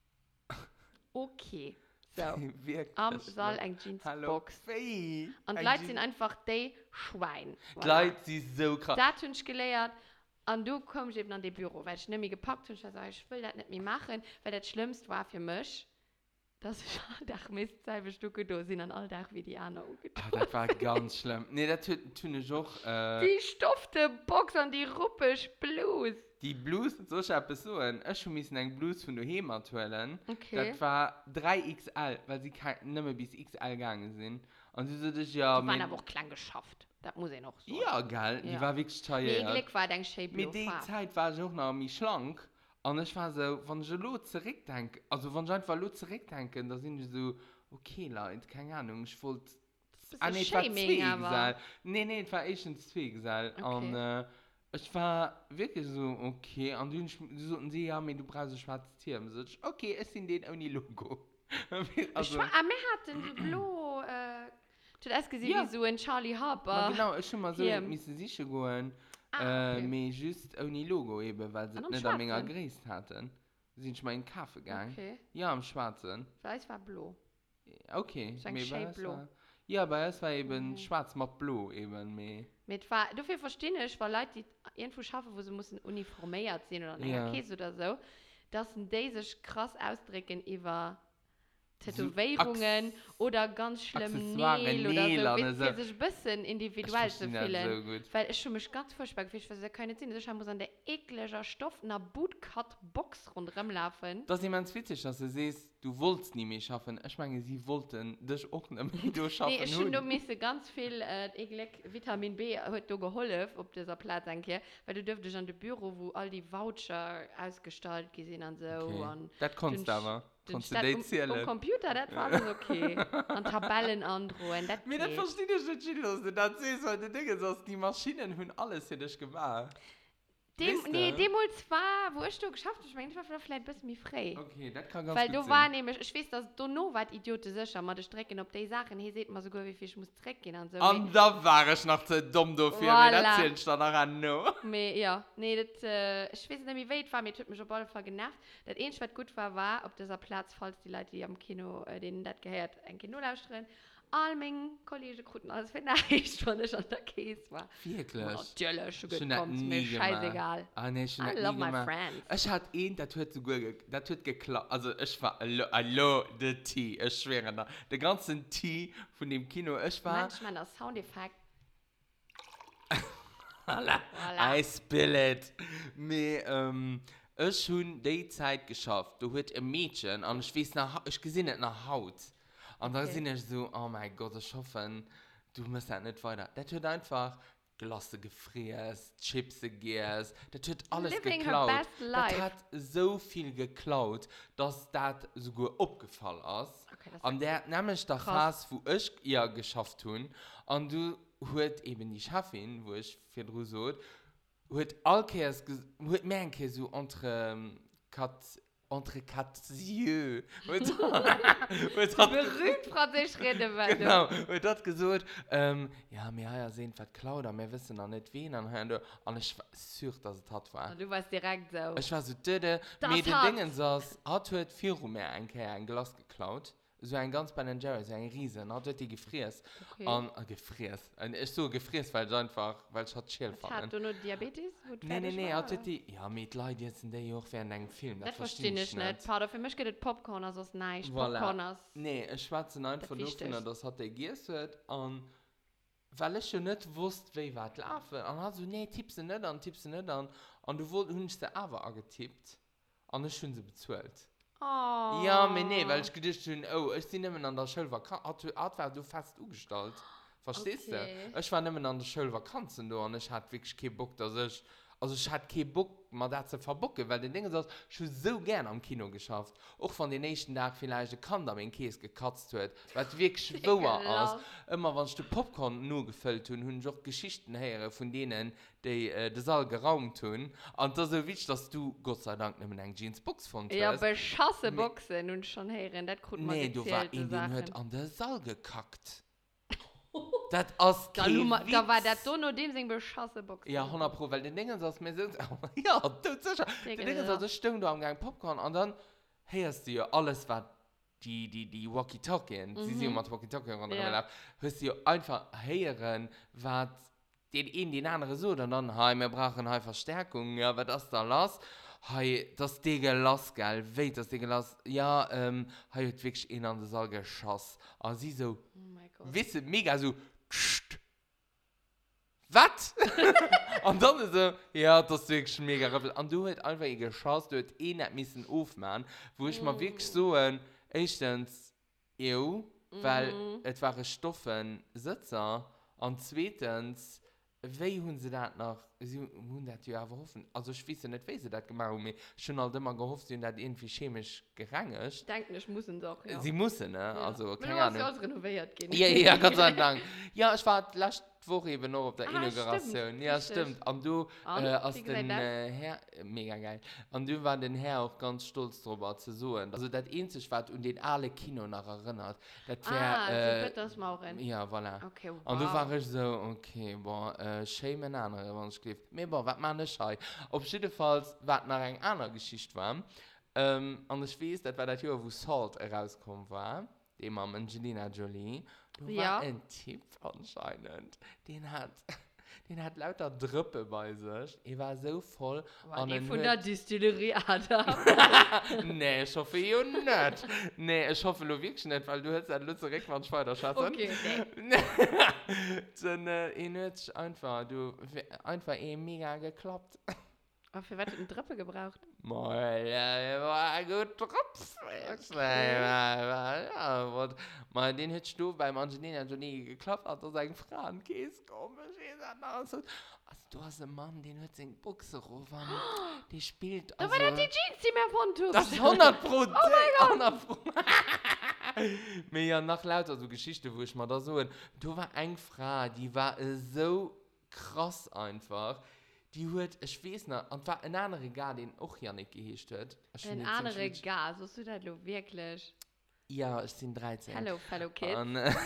Okay, so. Wirklich. Am Saal ne? eine Hallo. Jeansbox. Fee. Und die Ein Leute Jeans- sind einfach die Schwein. Die Leute sind so krass. Da habe ich gelernt, Und du kommst eben an das Büro, weil ich nicht mehr gepackt habe. Ich habe gesagt, ich will das nicht mehr machen, weil das Schlimmste war für mich, dass ich alltag Mist selbe Stücke da sind und alltag wie die anderen. Ah, das war ganz schlimm. Nee, das tut tun ich auch. Äh, Die stofte Box und die ruppisch Blues. Die Blues, so ich habe so ein, ich musste eine Blues von daheim abholen. Okay. Das war drei X L, weil sie kein, nicht mehr bis X L gegangen sind. Und sie sagte, ja, Die waren mein- aber auch klein geschafft. Das muss ich noch sagen. ja, geil, die Ja. war wirklich teuer. Nee, Glück war dein Shape Mit der Zeit war ich auch noch mich schlank. Und ich war so, wenn ich lo zurückdenke, also wenn ich einfach lo zurückdenke, da sind ich so, okay, Leute, keine Ahnung, ich wollte. Ah, nee, es war Shaming, zwei aber. gesagt. Nee, nee, es war echt zwei gesagt. Okay. Und äh, ich war wirklich so, okay. Und dann sagten sie, ja, aber du brauchst ein schwarzes Tier. Und ich so, okay, es sind den ohne Logo. Also, ich, ah, wir hatten die Blau, äh, du hast gesehen, Ja. wie so ein Charlie Harper. Aber genau, ich schon mal so, Hier. ich müsste sicher gehen. Ah, Äh, okay. mir just ohne Logo eben, weil sie Und am nicht an mir Schwarzen? gegrüßt hatten. Sind ich mal in den Kaffee gegangen. Okay. Ja, am Schwarzen. Vielleicht war Blau. Okay. So ein mir Shade war es Blue. war- Ja, aber es war eben Mhm. schwarz mit blau eben. Mehr. Mit war, dafür verstehe ich, weil Leute, die irgendwo schaffen, wo sie müssen uniformiert sein oder nicht, Ja. Käse oder so, dass die sich krass ausdrücken über So Tätowierungen oder ganz schlimm Accessoire, Nägel Nägel oder und so, so. für sich ein bisschen individuell zu verstehe das fühlen. so gut. Weil ich schon mich ganz furchtbar gefühlt, weil ich keine Sinn, ich muss an der ekliger Stoff einer Bootcut-Box rundherum laufen. Das ist jemand witzig, dass du siehst, du wolltest nie mehr schaffen. Ich meine, sie wollten dich auch nicht mehr durchschaffen. Nee, ich schon du müsste ganz viel äh, eklig Vitamin B hat dir geholfen auf dieser Platz, denke ich, weil du dürftest an dem Büro, wo all die Voucher ausgestaltet gesehen und so. Okay. Und Das kannst du den- aber. den Kannst du Stadt- die um, um zählen. Computer, das war alles okay. Und Tabellen androhen, das Mir das geht. verstehe ich nicht, Chilos. Das siehst du heute Dinge, dass die Maschinen haben alles für dich gemacht. Dem, Wisst nee, ihr? dem wohl zwar, wo ich du geschafft habe, ich meine, ich war vielleicht ein bisschen mehr frei. Okay, das kann ganz Weil gut du sein. war nämlich, ich weiß, dass du noch was Idioten sicher, aber die Strecken, ob die Sachen, hier sieht man sogar, wie viel ich muss trecken und so. Und da war ich noch zu dumm dafür, Voilà. mir das zählt dann noch an. No. Me, ja, nee, das, äh, ich weiß nicht, wie weit war, mir tut mich auf jeden Fall genervt. Das Einzige, was gut war, war, auf dieser Platz, falls die Leute, die am Kino, äh, denen das gehört, ein Kino lauschen, all meine Kollegen konnten alles verneicht, wenn ich an der Käse war. Wirklich? Natürlich, schon Schon gut, das kommt nie mir gemacht. scheißegal. Ah, nee, schon I das love nie my gemacht. friends. Ich hatte einen, das hat so gut ge das hat geklappt. Also, ich war, hallo, hallo, der Tee, ich schwöre da. Der ganze Tee von dem Kino, ich war. Manchmal das Soundeffekt. Voilà. Voilà. I spill it. Mir, ähm, ich schon die Zeit geschafft. Du hast ein Mädchen und ich weiß nach, ich gesehen nicht nach Haut. Und da Okay. sind ich so, oh mein Gott, ich hoffe, du musst das nicht weiter. Das wird einfach Glasse gefräst, Chips gegessen, das hat alles Living her geklaut. best Das life. hat so viel geklaut, dass das sogar aufgefallen ist. Okay, das Und der nämlich der Krass. Phase, wo ich ja geschafft habe, und du hast eben die Chefin, wo ich für du so, hat allkeers, hat mir ein Käse so entre, ähm, kat, entre quatre yeux. Hat berühmt Französisch reden, weil Genau, und hat gesagt, ähm, ja, wir haben ja sehen, was klaut, wir wissen noch nicht wen, und, und, und ich war sicher, dass es hat war. du. Du warst direkt so. Ich war so, döde, Das mit den hat- Dingen saß, hat heute vier mehr ein, ein Glas geklaut. So ein ganz Ben Jerry, so ein Riesen, hat heute die gefräst. Okay. Und, äh, gefräst. Und ich so gefräst, weil ich einfach, weil ich hat Chill Was hat fand. du nur Diabetes? wo du Nee, nee, fertig nee, war, hat oder? die, ja, mit Leuten jetzt sind die auch während einem Film, Das verstehe ich nicht. Pardon, für mich geht es Popcorn, also ist nice. Voilà. Popcorn ist... Nee, ich schwatze einfach Das nur wichtig. von, dass hat er gegessen und weil ich schon nicht wusste, wie was laufen. Und hat so, nee, tipp sie nicht an, tipp sie nicht an. Und du wolltest sie aber angetippt. Und ich schon sie bezahlt. Oh. Ja, aber nee, weil ich gedacht habe, oh, ich bin nicht mehr an der Schule vakant. Hat war du fest umgestellt. Verstehst Okay. du? Ich war nicht mehr an der Schule vakanzen da und ich hatte wirklich keinen Bock, dass ich. Also ich hatte keinen Bock, mal das zu verbocken, weil die Dinge sind, ich habe so gerne am Kino geschafft. Auch von den nächsten Tag vielleicht der Kant am Käse gekratzt wird, weil es wirklich schwer ist. Immer wenn ich den Popcorn nur gefüllt habe, habe ich auch Geschichten hören von denen, die äh, den Saal geraumt haben. Und das ist so wichtig, dass du Gott sei Dank nicht mehr eine Jeansbox von Ja, hast. beschosse Nee. Boxen und schon hören, das kommt mal Nee, du war gezählte in den Sachen. hat an der Saal gekackt. Das ist Da, kein lu- ma- da war Witz. das so nur dem Sing beschosse Boxen. Ja, hundert Pro, weil die Dinge sind mir so. Ja, du sicher. Die Dinge sind so stimmt, du am Gang Popcorn und dann hörst du ja alles, was die, die, die Walkie-Talkie, sie Mhm. sind mit Walkie-Talkie und Ja. dann hörst du ja einfach hören, was den einen, den anderen so, und dann, hey, wir brauchen halt Verstärkung, ja, was das da las, hey, das Ding las, gell, wait, das Ding las, ja, ähm, hey, hat wirklich einen an der Saal geschossen. Und sie so, Oh mein Gott. wissen, mega so, pssst. Was? Und dann ist so, ja, das ist wirklich mega rappel. Und du hast einfach eine Chance, du hast eh nicht müssen aufmachen, wo ich mm. mal wirklich so, ein, erstens, jo, weil mm. es waren Stoffen Sitzer, und zweitens, wie haben sie das noch, sie haben das ja aber hoffen, also ich weiß nicht, wie sie das gemacht haben, aber schon halt immer gehofft, sie haben das irgendwie chemisch gerangelt. Ich denke, ich muss doch, ja. Sie müssen, ne, ja. Also, keine Ahnung. Du hast renoviert gehen. Ja, ja, Gott sei Dank. Ja, ich war letzte Woche eben noch auf der ah, Inauguration. Stimmt, ja, richtig. stimmt. Und du, Und, äh, als wie den gesagt, äh, Herr, mega geil. Und du war den Herr auch ganz stolz darüber zu suchen. Also, das Einzige, was und den alle Kino noch erinnert, das wäre. Ah, äh, so Peters Mauren. Ja, voilà. Okay, wow. Und du warst so, okay, boah, äh, schämen andere, wenn ich gelieft. Aber boah, was man nicht schei. Auf jeden Fall, was nach einer anderen Geschichte war. Ähm, und ich weiß, das war das Jahr, wo Salt herausgekommen war. Die mit Angelina Jolie. Du Ja. war ein Typ anscheinend. Den hat, den hat lauter Drüppe bei sich. Er war so voll. War und die dann von hört- der Distillerie Adam. nee, ich hoffe ja nicht. Nee, ich hoffe nur wirklich nicht, weil du hättest ein Lutzer Reckmann weiter schaffen. Okay, nee. Dann äh, ihn hat sich einfach, du, einfach eh mega geklappt. Aber für was hat ein Drüppe gebraucht? Mal, ja, war gut Tropf. Ja, und mal den hättest du beim Angelina Jolie geklappt, hat er seinen Frauenkäse komisch. Also, du hast einen Mann, den hat seinen Buchse rufen. Die spielt. Da Also, war das die Jeans, die mir von tut. das ist hundert Pro. Oh mein hundert Pro. Mir ja nach lauter so Geschichte, wo ich mal da so. Du war eine Frau, die war äh, so krass einfach. Die hat, ich weiß nicht, und war ein anderer Gar, den auch ja nicht gehischt hat. Ich Ein bin jetzt anderer ziemlich- Gas, was du da wirklich? Ja, ich bin dreizehn. Hello, fellow kids. Und, äh,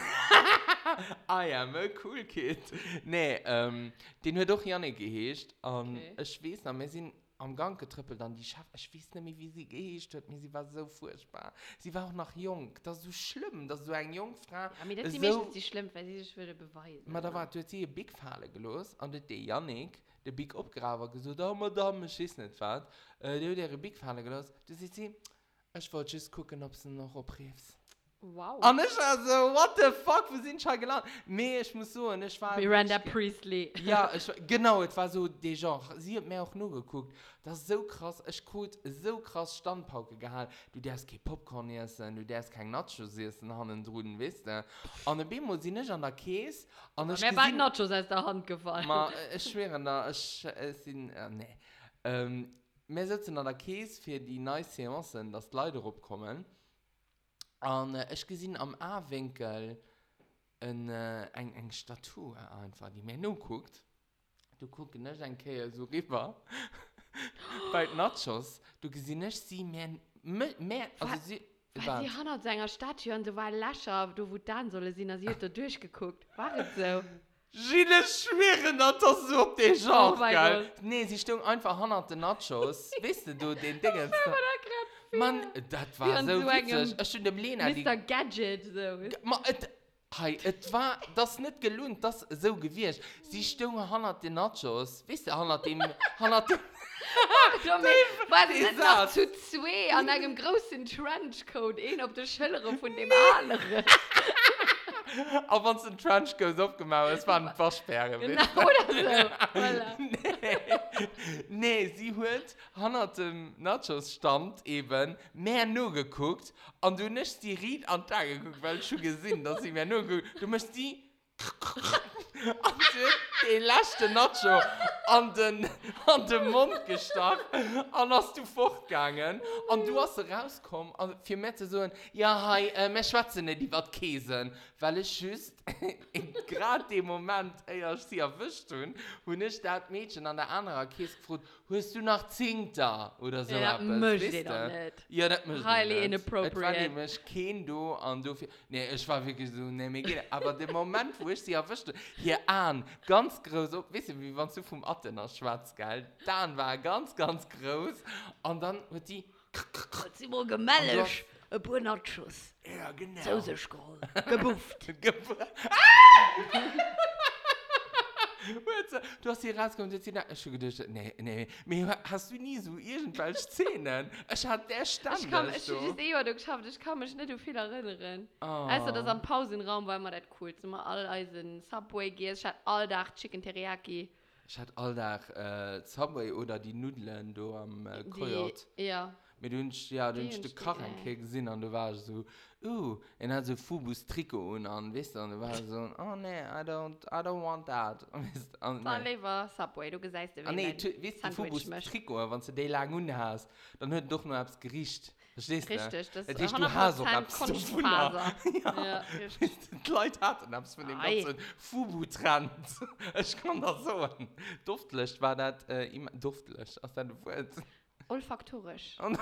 I am a cool kid. Nee, ähm, den hat doch ja nicht gehischt. Und Okay. ich weiß noch, wir sind am Gang getrippelt an die Schaff. Ich weiß nicht mehr, wie sie gehischt hat. Sie war so furchtbar. Sie war auch noch jung. Das ist so schlimm, dass so eine Jungfrau. Ja, mir das ist so- so nicht schlimm, weil sie sich würde beweisen. Aber da war jetzt hier Big Falle gelos und der Janik, der Big Abgraber, gesagt, oh Madame, ich weiß nicht was. Äh, der hat ihre Big Falle gelos. Du siehst sie, ich wollte just gucken, ob sie noch abriefst. Wow. Und ich war so, what the fuck, wo sind schon gelandet? Nee, ich muss so, und ich war... Miranda wirklich- Priestley. Ja, ich, war- genau, es war so der Genre. Sie hat mir auch nur geguckt. Das ist so krass. Ich konnte so krass Standpauke gehalten. Du darfst kein Popcorn essen, du darfst kein Nachos essen, haben drüben, weißt du. Und dann bin ich nicht an der Käse. Und ich Mir waren gesehen- Nachos aus der Hand gefallen. Ma, äh, ich schwöre, da, ich, äh, sind, äh, nee. Ähm, wir sitzen an der Käse für die neue Seancen, dass die Leute rumkommen. Und äh, ich gesehen am A-Winkel eine äh, ein, ein Statue einfach, die mir nur guckt. Du guckst nicht ein Kerl so rüber. Bei den Nachos. Du gesehen nicht sie mehr, mehr, mehr also Was? sie... Weil warte. sie hat seiner Statue und so war Lascher, du wo dann soll sie, sie hat da durchgeguckt. War es so? Gilles schweren, dass das so auf den Genre, Oh mein gell? Nee, sie stehen einfach hunderte Nachos. Weißt du, du, den Dingens. Mann, das war Wie an so so einem witzig. Ich schon dem Lena, die... Mister Gadget, so. Ma, et, hey, es war das nicht gelohnt, das so gewesen. Sie stehen hunderte Nachos. Weißt du, hunderte... hunderte... Was ist ist noch das? zu zwei an einem großen Trenchcoat, ein auf der Schillere von dem anderen. Aber wenn es ein Trenchcoat aufgemacht ist, waren Waschbären. Genau, oder so. Voilà. Nee. Nee, sie hat hunderte Nachos stand eben mehr nur geguckt und du nicht die Ried an den Tag geguckt, weil ich schon gesehen, dass sie mehr nur geguckt. Du musst die und den letzten Nacho an den, an den Mund gesteckt und hast du fortgegangen und du hast rausgekommen und für mich zu sagen, ja, hey, äh, wir schwätzen nicht über Käse, weil ich just gerade dem Moment, ey, ich sie erwischt habe, und ich das Mädchen an der anderen Käse gefragt, hast du noch Zink da oder so Ja, etwas, möchte weißt ich doch du? nicht. Ja, das möchte ich Highly nicht. inappropriate. Es war nämlich kein Du und du... Nee, ich war wirklich so, nee, mir geht aber der Moment, wo ich sie erwischt habe, hier an, ganz groß, oh, weißt du, wie wenn du vom Atten nach Schwarz, gell? Dann war er ganz, ganz groß und dann wird die... Hat sie wohl gemeldet. Ein paar Nachos. Ja, genau. Soßeschkohl. Gebufft. Ge- Du hast hier rausgekommen, jetzt ich schon gedacht, nee, nee, mir hast du nie so irgendwelche Szenen? Ich hatte der Stand. Ich kann mich, ich ist eh, was du geschafft hast, ich kann mich nicht so viel erinnern. Oh. Also, das am Pausenraum war immer das cool. Zum all Eisen, Subway gehst, ich hatte all Tag Chicken Teriyaki. Ich hatte all Tag äh, Subway oder die Nudeln da am äh, Coyote. Die, ja. Mit uns, ja, du Die hast die uns- Karren äh. gesehen und du warst so, uh, und hat so Fubus-Trikot und an, weißt du, und du warst so, oh nee, I don't, I don't want that. Und weißt du, und Dann nee. lieber Subway, du gesagt, Ah nee, tu- weißt du, Fubus-Trikot, wenn du die lang unten hast, dann hört doch nur etwas Gericht. Verstehst du? Richtig, das Das ist heißt, du hast auch hundert etwas Prozent davon. Kunstfaser. Ja. Ja, richtig. Die Leute hatten etwas von dem Ei. ganzen Fubu-Trend. Ich kann das so. Duftlich war das äh, immer duftlich, aus deinem Wort. Olfaktorisch. Und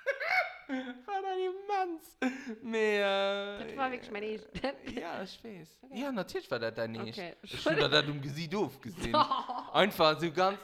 war das immens. Mehr. Das war wirklich mein erst. Ja, ich weiß. Okay. Ja, natürlich war das dein nicht. Okay. Ich habe das im Gesicht aufgesehen. Einfach so ganz.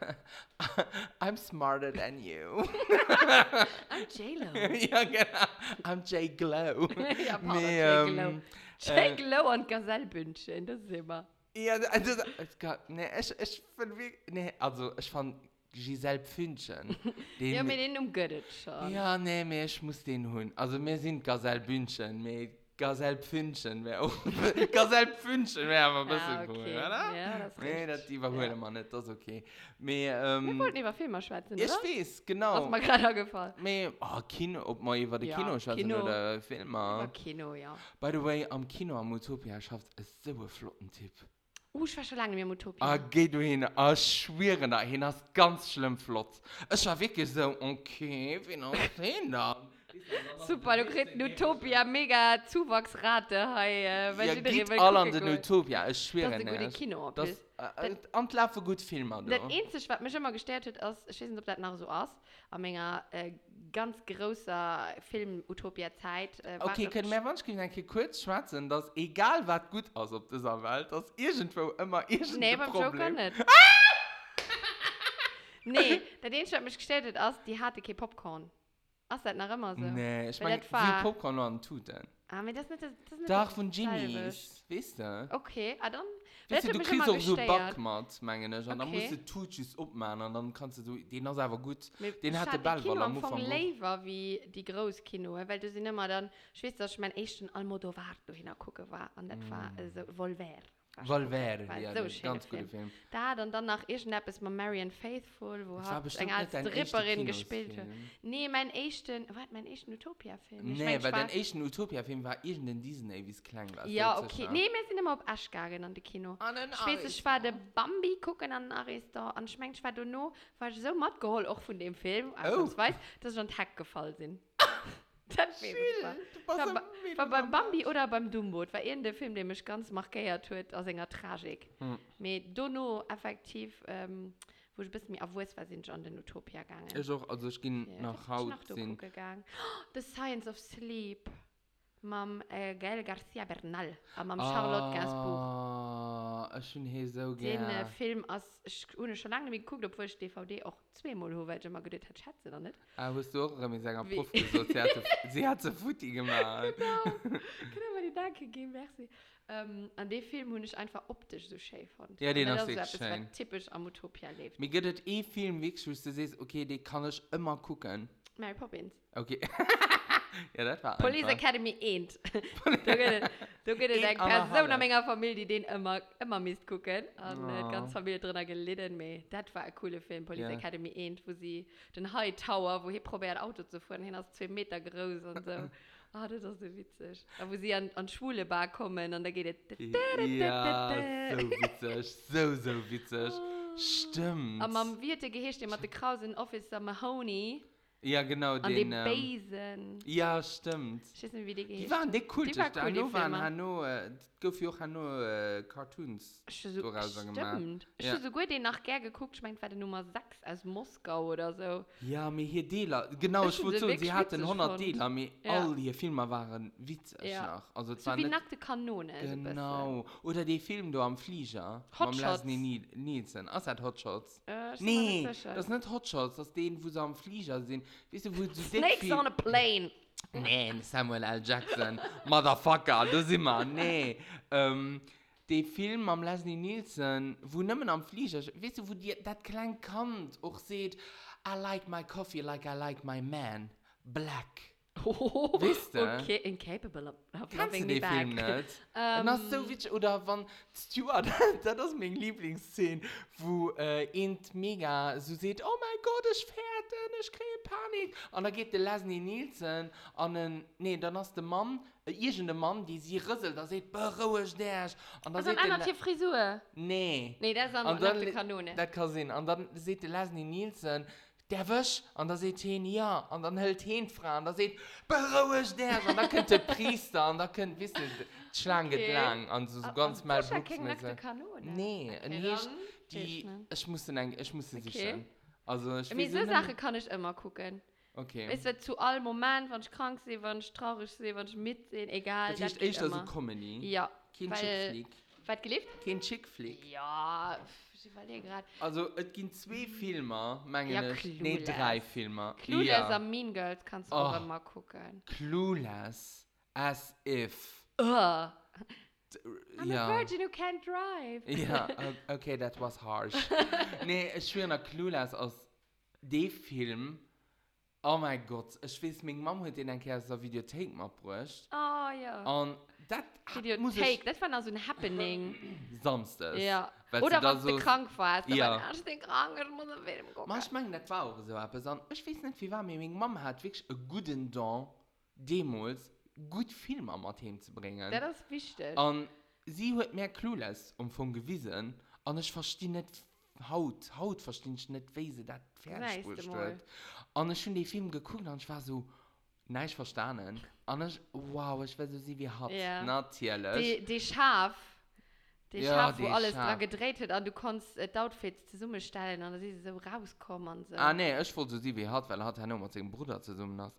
I'm smarter than you. I'm J-Lo. Ja, genau. I'm J Glow. Ja, pardon, Mehr, J-Lo. ähm, J-Lo und Gazellbündchen, das ist immer. Ja, also, es gab, nee, ich, ich finde wirklich, nee, also, ich fand Giselle Pfünchen. Den, Ja, mit denen umgöttet schon. ja, nee, mir, ich muss den holen. Also, wir sind Gazelle Bündchen, mit Gazelle Pfünchen wäre auch, Gazelle Pfünchen wäre aber ein bisschen Ja, cool, okay. oder? Ja, das ist Nee, richtig. das überholen Ja. wir nicht, das ist okay. Mehr, Wir ähm, wollten über Filme schwätzen, ich oder? weiß, Was genau. mir gerade gefallen. Mehr, oh, Kino, ob wir über die Ja, Kino schätzen Kino. oder Filme. Über Kino, ja. By the way, am Kino am Utopia schafft es so einen flotten Tipp. Uh, ich war schon lange nicht mehr im Utopia. Ah, geh du hin, ah, ich schwöre da hin, das ist ganz schlimm flott. Ich war wirklich so, okay, wie noch hin da? Super, du kriegst in Utopia mega Zuwachsrate. Hey, äh, weil Ja, ich wieder geht will alle an gucken den gehen. Utopia, ich Das schwöre ist ein gutes nicht. Kino. Das, äh, äh, und laufen gut Filme Das da. Einzige, was mich immer gestört hat, ist, ich weiß nicht, ob das noch so ist, an meiner äh, ganz großer Film-Utopia-Zeit. Äh, war Okay, doch- können wir manchmal ein kurz schwatzen, dass egal was gut ist auf dieser Welt, dass irgendwo immer irgendein Nee, beim Joker Problem. nicht. Nee, der Einzige, was mich gestört hat, ist, die hatte kein Popcorn. Ist das noch immer so? Nee, ich Weil meine, das war- wie Popcorn waren tut denn? Ah, aber das ist nicht das, das ist nicht Doch, das von Selbe. Jimmy's, weißt du? Okay, ah dann. Weißt Das du, hat du mich kriegst immer auch so gestört. Backmat, meine ich. Und dann Okay. musst du Tutschis abmachen und dann kannst du so, den ist aber gut. Mir- Den ich hat der hatte Ball, Kino weil er am muss Anfang von lieber wie die Großkino, weil du sind immer dann, ich weiß, dass ich meinen ersten Almodovar hingucken war und das war also Volver. Volver, War ja, so ein schöner ganz guter Film. Film. Da dann danach irgendetwas mit Marian Faithfull, wo Das war hat bestimmt eine nicht als dein erster Stripperin gespielt. Kinosfilm. Nee, mein ersten, was, mein ersten Utopia-Film? Ich Nee, mein, weil ich war- dein ersten Utopia-Film war irgendein Disney, wie es klein war. Ja, okay. Nee, wir sind immer auf Asch gegangen an die Kino. An den Ich weiß, ich war der Bambi gucken an Aristar und ich meine, ich war da noch, war ich so matt geholt, auch von dem Film, also Oh. ich weiß, dass ich an den Hack gefallen sind. Das weiß ich war. War, ba- war beim Bambi oder beim Dumbo, war irgendein Film, der mich ganz markiert hat, aus einer Tragik. Hm. Mit Dono effektiv, ähm, wo ich ein bisschen mehr auf Wurst war, sind schon an den Utopia gegangen. Ich auch, also ich ging Ja, nach das ist Haut noch da sehen. gegangen. Oh, The Science of Sleep. Mam äh, Gael Garcia Bernal. Am am Charlotte Gainsbourg. Ah, ich bin hier so Den äh, gerne. Film aus, ich habe schon lange nicht mehr geguckt, obwohl ich D V D auch zweimal habe, weil ich immer gedacht habe, schätze oder nicht. Ah, hast du auch mit seiner Wie- Prof gesagt, sie hatte, sie hat so Futti gemacht. Genau. Können wir mal die Danke geben, merci. Ähm, an dem Film habe ich einfach optisch so schön fand. Ja, den Weil hast das du so echt etwas, schön. was typisch am Utopia lebt. Mir geht es eh Film weg, wo du siehst, okay, den kann ich immer gucken. Mary Poppins. Okay. Ja, das war Police einfach. Academy eint. Da geht es da geht es Ein eine aller Person Halle. in meiner Familie, die den immer, immer misst gucken. Und äh, Oh. die ganze Familie drin gelitten. Aber das war ein cooler Film, Police Ja. Academy eint, wo sie den High Tower, wo er probiert Auto zu fahren, hin ist zwei Meter groß und so. Ah, das ist so witzig. Da, wo sie an, an schwule Bar kommen und da geht es. Ja, so witzig. So, so witzig. Stimmt. Und am Wirte gehischt, mit der Krausen Officer Mahoney Ja, genau, an den. den ähm, Besen. Ja, stimmt. Ich weiß nicht, wie die Die gehischt waren die cool. Die war cool, die Hanno waren Filme. Hanno, äh, gibt ja auch Hanno äh, Cartoons. Ich so, daraus gemacht. stimmt. Ich Ja. habe sogar den nach gern geguckt. Ich meine, war der Nummer sechs aus Moskau oder so. Ja, mir hier Dealer. Genau, Ich ich wollte finde sagen, sie sie hatten wirklich hundert witzig Dealer, mir Ja. all die Filme waren witzig Ja. noch. Also, es So war wie nicht. nackte Kanone. so ein Genau. Oder die Film da am Flieger. Hot Mit dem Shots. Leslie Niel- Nielsen. Ah, es hat Hot Shots. bisschen. Äh, ich bin mir Nee, nicht sicher. das ist nicht Hot Shots, das ist den, wo sie am Flieger sind. Weißt du, wo du Snakes on a plane. Nee, Samuel L. Jackson. Motherfucker, du sind wir. Nee. Ähm, der Film am Leslie Nielsen, wo nimmer am Flieger, weißt du, wo die, das kleine Kant auch sieht, I like my coffee like I like my man, black. Oh, Weißt du? okay, incapable of, of Kennst loving du me den back. Film nicht? Ähm, Und das ist so witzig. Oder wenn Stuart, das ist meine Lieblingsszene, wo äh, Int mega so sieht, oh mein Gott, ich fährt, ich kriege Panik. Und dann geht der Leslie Nielsen an einen, nee, dann ist der Mann, äh, irgendein Mann, die sie rüsselt, da sieht, beruhig dich. Und dann also sieht eine der andere Le- Frisur. Nee. Nee, das ist Und eine dann nackte li- Kanone. Das kann sein. Und dann sieht der Leslie Nielsen, der Wisch, und dann sieht ihn ja, und dann hält ihn Frau, und dann sieht, beruhig der, und dann kommt der Priester, und dann kommt, wisst ihr, die Schlange Okay. geht lang, und so Ah, ganz ah, mal das ist ja keine nackte Blutsmesser. Kanone. Nee, Okay, okay, dann nicht, die, ist ne? ich musste, denk- ich musste Okay. sicher. Also, ich Mir weiß so nicht- Sachen kann ich immer gucken. Okay. Es wird zu allen Momenten, wenn ich krank sehe, wenn ich traurig sehe, wenn ich mitsehe, egal. Das ist geht echt also immer. Comedy. Ja. Kein weil- Chick-Flick. Was gelebt? Kein Chick-Flick. Ja, pff, ich überlege gerade. Also, es gibt zwei Filme, meine Ja, ich. Nee, Clueless. drei Filme. Clueless ja. am Mean Girls kannst du Oh. auch immer gucken. Clueless as if. Ugh. I'm ja. a virgin who can't drive. Ja, o- okay, that was harsh. Nee, ich schwöre nach Clueless aus dem Film. Oh mein Gott, ich weiß, meine Mama hat den ein Kerl so Videothek mal gebracht. Oh ja. Und das muss Videothek, ich das war noch so ein Happening. Samstags. Ja. Weil Oder sie da wenn du so- krank warst. Ja. Aber ich bin krank, ich muss einen Film gucken. Manchmal, das war auch so etwas. Und ich weiß nicht, wie war mir. Meine Mama hat wirklich einen guten Don, damals, gut Filme am Team zu bringen. Das ist wichtig. Und sie hat mir Clueless um von gewiesen. Und ich verstehe nicht, Haut, Haut verstehe ich nicht, wie sie das fertig Weißt du gebracht mal. hat. Und ich habe den Film geguckt und ich war so, nein, ich verstanden. Und ich, wow, ich weiß so, sie wie hat. Ja. Natürlich. Die, die Schaf. Die Ja, Schaf, wo die alles Schaf. dran gedreht hat und du kannst äh, die Outfits zusammenstellen und dann siehst du so rauskommen und so. Ah, nee, ich wollte so sie wie hat, weil er hat ja nur mit seinem Bruder zusammen. Das.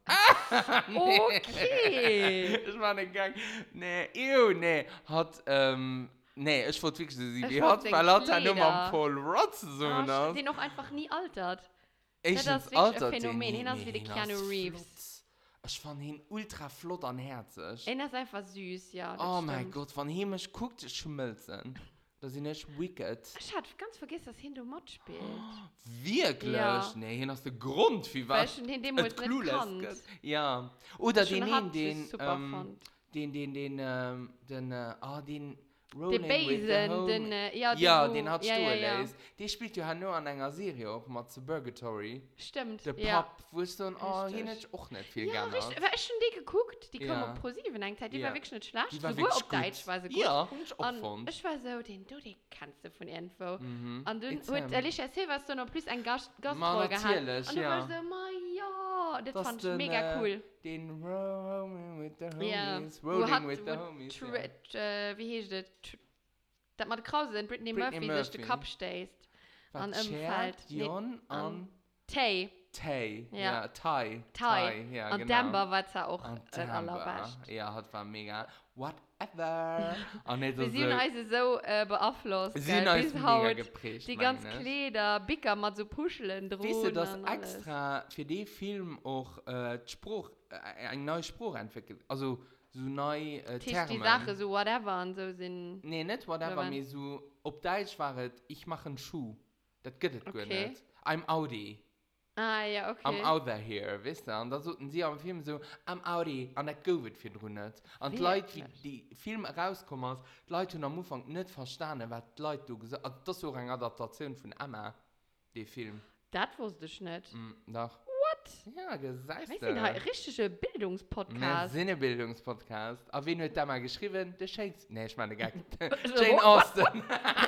Okay. Ich war nicht gegangen. Nee, ew, nee. Hat, ähm, nee, ich wollte wirklich so sie Ich wie wollte hat, weil er hat ja nur Kleider. mit Paul Rudd zusammen. Ah, das. die noch einfach nie altert. Ich das ist wirklich ein Phänomen. Hin ist wie die Keanu Reeves. Ich fand ihn ultra flott an herzig. Er ist einfach süß, ja. das Oh mein stimmt. Gott, von ihm ich guckt, schmilzen. Das ist nicht wicked. Ich hatte ganz vergessen, dass Hindu Mod spielt. Wirklich? Ja. Nee, hier hast du Grund, wie Weil was. ich den dem Äh, nicht Clueless, kannt. gell? Ja. Oder Schon den, hat den, ich den, super ähm, fand. den, den, den, ähm, den, äh, ah, den, Den Rolling with the Basen, Homie. den, äh, ja, den, Ja, wo- den hat ja, ja, ja. Stuart. Der spielt ja nur an einer Serie auch, mit The Purgatory. Stimmt, Der ja. Pop, wo ist dann, oh, Richtig. hier nicht auch nicht viel Ja, gerne. richtig. War ich schon die geguckt? Die Ja. kommen auf Pro sieben eine Zeit. Die Ja. war wirklich nicht schlecht. Die war Sogar wirklich auf gut. Deutsch war sie gut. Ja, hab ich auch Und gefunden. ich war so, den du, den kannst du von irgendwo. Mhm. Und dann It's hat him. Alicia Silverstone noch plus ein Gast, Ma, Gastroll gehabt. natürlich, Und du ja. warst so, ma ja, das, Das fand ich den, mega äh, cool. Den Rolling with the Homies. Ja. Wo Rolling hat, with the wo Homies. Tr- ja. äh, wie heißt das? Tr- Das mit Krause und Brittany, Brittany Murphy, sich den Murphy. Kopf stehst. Was, an einem Cher, Feld. Nee, Dion an- und Tay. Tay. Ja. Ja, Ty. Ty. ja, Und genau. Denver war es auch Und äh, Denver. allerbest. Ja, hat war mega. Whatever. Und nicht Wir sind so. also so äh, beeinflusst. Sie gell, sind uns bis mega heute. geprägt. Die meine ganzen ich. Kleider, Bicker mit so Puscheln drin. Weißt du, dass und alles. extra für den Film auch äh, die Spruch, äh, ein neues Spruch entwickelt. Also so neue äh, Tisch Termen. die Sache, so whatever und so sind. Nee, nicht whatever, Ja, mir so, ob Deutsch war es, ich mache einen Schuh. Das geht es gut Okay. nicht. I'm Audi. Ah, ja, okay. I'm out there here, wisst ihr? Und da sollten sie am Film so, I'm Audi, und das geht für drunter nicht. Und die Leute, wie die Filme rauskommen, die Leute haben am Anfang nicht verstanden, was die Leute da gesagt haben. Das ist auch eine Adaptation von Emma, der Film. Das wusste ich nicht. Mm, doch. What? Ja, gesagt. Wir sind halt richtige Wir Bildungspodcast. sind ein Bildungspodcast. Aber wen hat da mal geschrieben? Der Shakespeare. Nee, ich meine gar nicht. So, Jane what? Austen.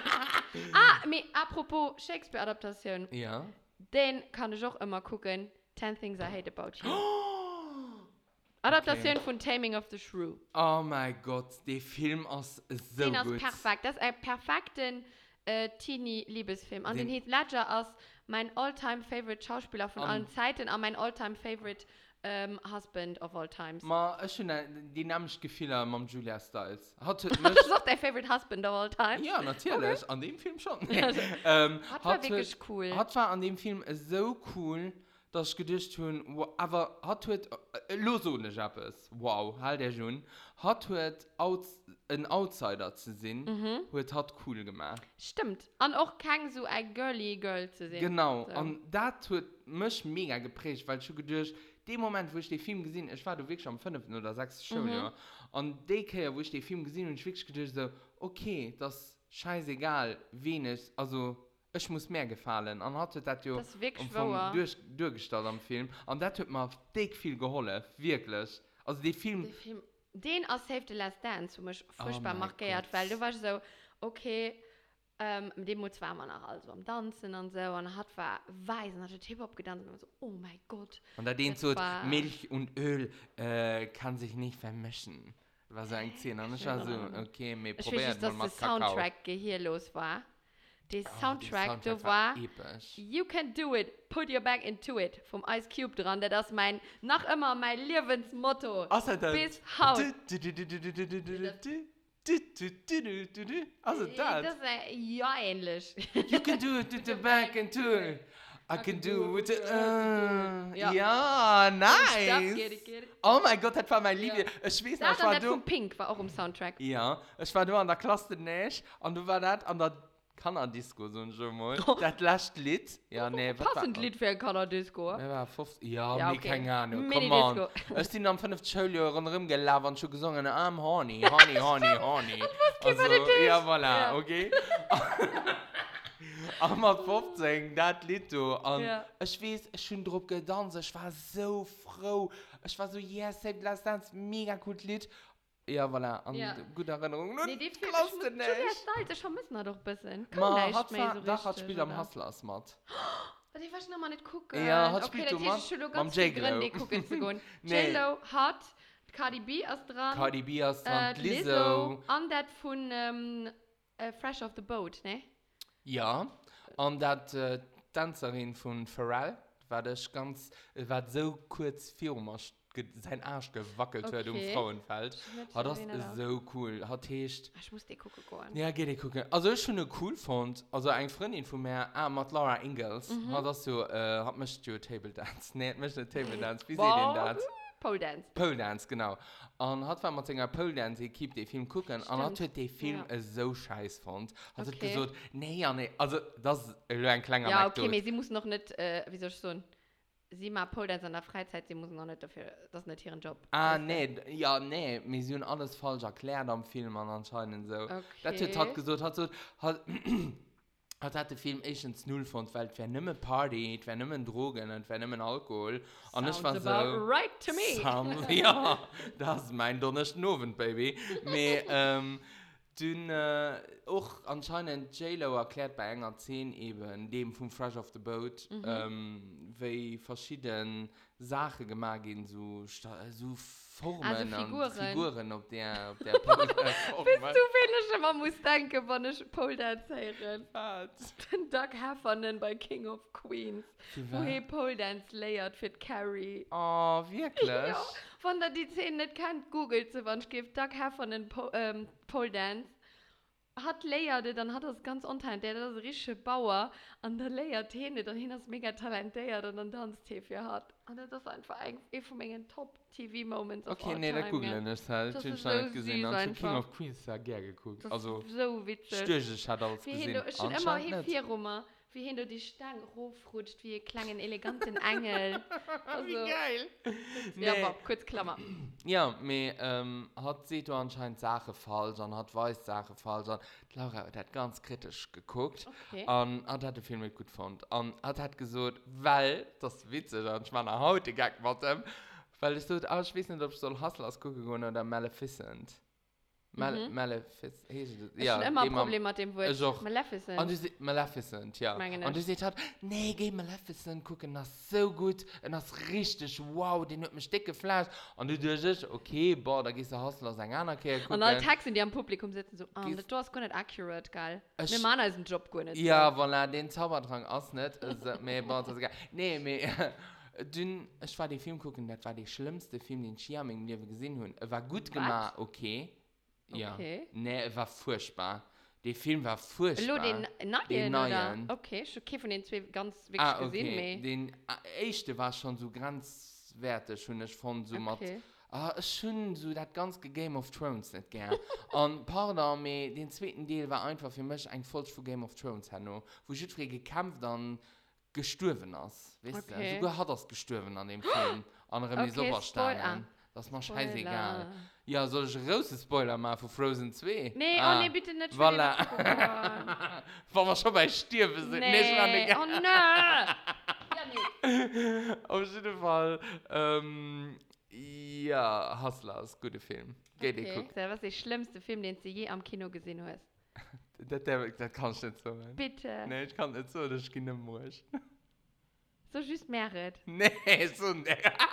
Ah, me, apropos Shakespeare-Adaptation. Ja. Den kann ich auch immer gucken. ten Things I Hate About You. Adaptation Okay. von Taming of the Shrew. Oh mein Gott, der Film ist so Den gut. ist perfekt. Das ist ein perfekter äh, Teenie-Liebesfilm. Und den, Den- Heath Ledger als mein all-time-favorite Schauspieler von Um, allen Zeiten und mein all-time-favorite ähm, Husband of all times. Ma, ich finde dynamisch Gefühle mit Julia Stiles. Hat mich, Das ist auch dein favorite Husband of all time. ja, natürlich, an dem Film schon. Also, ähm, Hat war wirklich cool. Hat war an dem Film so cool, dass ich gedacht habe, wow, aber hat heute, äh, los ohne Jappes, wow, halt der schon, hat heute Outs, ein Outsider zu sehen, Mhm. heute hat cool gemacht. Stimmt. Und auch kein so ein girly Girl zu sehen. Genau, So. und das hat mich mega geprägt, weil ich schon gedacht, dem Moment, wo ich den Film gesehen habe, ich war da wirklich am fünften oder sechsten Schuljahr, und der Kehr, wo ich den Film gesehen habe, ich wirklich gedacht so, okay, das ist scheißegal, wen ich, also, ich muss mehr gefallen. Und hatte das ja Das ist wirklich Anfang wahr. durch, durchgestellt am Film. Und das hat mir dick viel geholfen, wirklich. Also der Film, Der Film, den aus Save the Last Dance für mich furchtbar mein markiert, Gott. weil du warst so, okay, ähm, mit dem Mut war man auch also am Tanzen und so und hat war weiß und hat Hip-Hop getanzt und so, oh mein Gott. und da den Das so, war- Milch und Öl äh, kann sich nicht vermischen. War so ein Szene. Und ich war so, okay, wir Ich weiß probieren nicht, mal dass mit der Kakao. Soundtrack hier los war. Der Oh, der Soundtrack, du war, episch. You Can Do It, Put Your Back Into It vom Ice Cube dran, das ist mein, noch immer mein Lebensmotto. Also das. Bis heute. Du, du, du, du, du, du, du, du, du, du, du, du, du, du, du, du. Also das. Das ist äh, ja ähnlich. You can do it to the back and to it. I can do it. Uh, Ja. ja, Stopp, nice. geht it, geht it. Oh mein Gott, das war mein Ja. Liebe. Ich weiß Da noch, ich hat war er du. von Pink, war auch im Soundtrack. Ja, ich war da an der Klasse nicht. Und du war das an der Kanadisco so schon mal. Das letzte Lied. Ja, nee, was war Passend das? Lied für Color Disco. Wer war fünfzig? Ja, Ja, mir okay. keine Ahnung. Mini Come on. Disco. Ich bin am fünften Schuljahr rumgelaufen und schon gesungen, I'm honey, honey, honey, honey. gib mir das? Ja, voilà, Ja. okay. Aber fünfzehn, das Lied du. Und Ja. ich weiß, ich bin drauf getanzt, ich war so froh. Ich war so, yes, Save the Last Dance, mega gut Lied. Ja, voilà, und Ja. gute Erinnerung. Nee, die Film, Klasse ich muss nicht. Julia Stiles, ich vermisse noch doch ein bisschen. Kann Ma nicht hat mehr zwar, so doch hat richtig, spielt am oder? Hustlers mit. Die will ich noch mal nicht gucken. Ja, hat okay, spielt das du ist mit- schon mit ganz viel J-Lo. Gründe, die gucken zu gehen. Nee. J-Lo hat, Cardi B ist dran. Cardi B ist äh, dran, Lizzo. Lizzo. Und das von ähm, äh, Fresh Off the Boat, ne? Ja, und dat äh, Tänzerin von Pharrell war das ganz, es war so kurz vor mir ge- sein Arsch gewackelt wird um Okay. Frauenfeld. Nicht Aber das erinnert. ist so cool. Hat echt, Ich muss die gucken gehen. ja, geh die gucken. Also ich schon cool fand, also eine Freundin von mir, ah, mit Laura Ingalls, Mhm. hat das so, äh, hat mich zu Table Dance, nee, mich nicht Table Dance, wie Wow. seht ihr das? Pole Dance. Pole Dance, genau. Und hat wenn man seiner Pole Dance Equipe den Film gucken und hat Stimmt. den Film Ja. äh, so scheiß fand. Also Okay. gesagt, nee, ja, nee, also das ist äh, ein kleiner Ja, Anekdote. okay, aber sie muss noch nicht, äh, wie soll ich sagen, sie macht Pole Dance in der Freizeit, sie muss noch nicht dafür, das ist nicht ihren Job. Ah, Weißt du? nee, d- ja, nee, wir sind alles falsch erklärt am Film und anscheinend so. Okay. Das hat hat gesagt, hat so, hat, hat hat der Film echt null fand, weil es wäre nicht mehr Party, es wäre nicht mehr Drogen, es wäre nicht mehr Alkohol. Und ich war Sounds so, about right to me. Sounds, ja, das ist mein Donnerstagabend, Baby. Aber, ähm, dann, äh, auch anscheinend J-Lo erklärt bei einer Szene eben, dem von Fresh Off the Boat, Mhm. ähm, wie verschiedene Sachen gemacht werden, so, sta- so Formen Also und Figuren. Figuren auf der, auf der Pole. Bist du wenig immer muss denken, wenn ich Pole Dance höre? Den Doug Heffernan bei King of Queens. Wo er Pole Dance layert für die Carrie. Oh, wirklich? Ja, wenn ihr die Szene nicht kennt, googelt sie, wenn ich gebe Doug Heffernan po ähm, Pole Dance. Hat layert, dann hat er es ganz unter, der ist ein richtiger Bauer und der layert hin, dann hin ist mega talentiert und dann tanzt er für hat. Und das ist einfach ein ein von meinen Top-T V-Moments of Okay, all nee, da time, googeln ja. ich halt. Das Ich ist habe so nicht gesehen. süß Und für King einfach. of Queens habe ich gerne geguckt. Das Also, ist so witzig. Stößig hat alles Wie gesehen. hin du, schon immer Anscheinend hier nicht. vier rum, wie hin du die Stange hochrutscht, wie ein kleinen eleganten Engel. Also, Wie geil. ja, Nee. aber kurz Klammer. Ja, aber ähm, hat sie da anscheinend Sachen falsch und hat weiß Sachen falsch. Und Laura hat ganz kritisch geguckt Okay. und hat den Film nicht gut gefunden. Und hat hat gesagt, weil, das ist witzig, und ich war nach heute gegangen mit dem, weil ich so, oh, ich weiß nicht, ob ich soll Hustlers gucken gehen oder Maleficent. Mal, Mhm. Maleficent, heißt das? Ich habe immer ein dem am- Problem mit dem Ich Wort. auch. Maleficent. Und du siehst Maleficent, ja. Meine Und du nicht. siehst halt, nee, geh Maleficent gucken, das ist so gut und das ist richtig, wow, den hat mich dick geflasht. Und du denkst, okay, boah, da gehst du Hustlers ein anderer Kerl gucken. Und alle Taxen, die am Publikum sitzen, so, ah, Gehst- das ist gar nicht accurate, geil. Ich- Wir machen unseren Job gar nicht. Ja, voilà, den Zaubertrank ist nicht, ist, äh, mir boah, das ist egal. Nee, mir, dünn, ich war den Film gucken, das war der schlimmste Film, den ich je in meinem Leben gesehen habe. Er war gut Was? gemacht, okay. Ja. Okay. Nee, er war furchtbar. Der Film war furchtbar. Lo, den neuen, Den oder? neuen. Okay, ich habe von den zwei ganz wirklich Ah, gesehen. okay. mehr. Den äh, erste war schon so grenzwertig, schon ich fand so Okay. mit, ah, ich schon so das ganze Game of Thrones nicht gern. Und pardon, aber den zweiten Teil war einfach für mich ein Falsch für Game of Thrones, Hanno, wo Jütfried gekämpft dann gestorben ist. Weißt Okay. du? Sogar hat er gestorben an dem Film. Andere okay, Okay, mir Spoiler. so Das ist mir scheißegal. Spoiler. Ja, soll ich große Spoiler machen für Frozen zwei? Nee, ah, oh nee, bitte nicht. Voilà. Oh, Wenn wir schon bei Stirben sind. nee, Nicht mal eine oh nee. Ja, nee. Auf jeden Fall, ähm, ja, Hustler ist ein guter Film. Geh dir Okay. gucken. So, was ist der schlimmste Film, den du je am Kino gesehen hast? Das, das, das kannst du nicht so. Man. Bitte. Nee, ich kann nicht so, das ist keine Mursch. So just Merit. Nee, so nicht.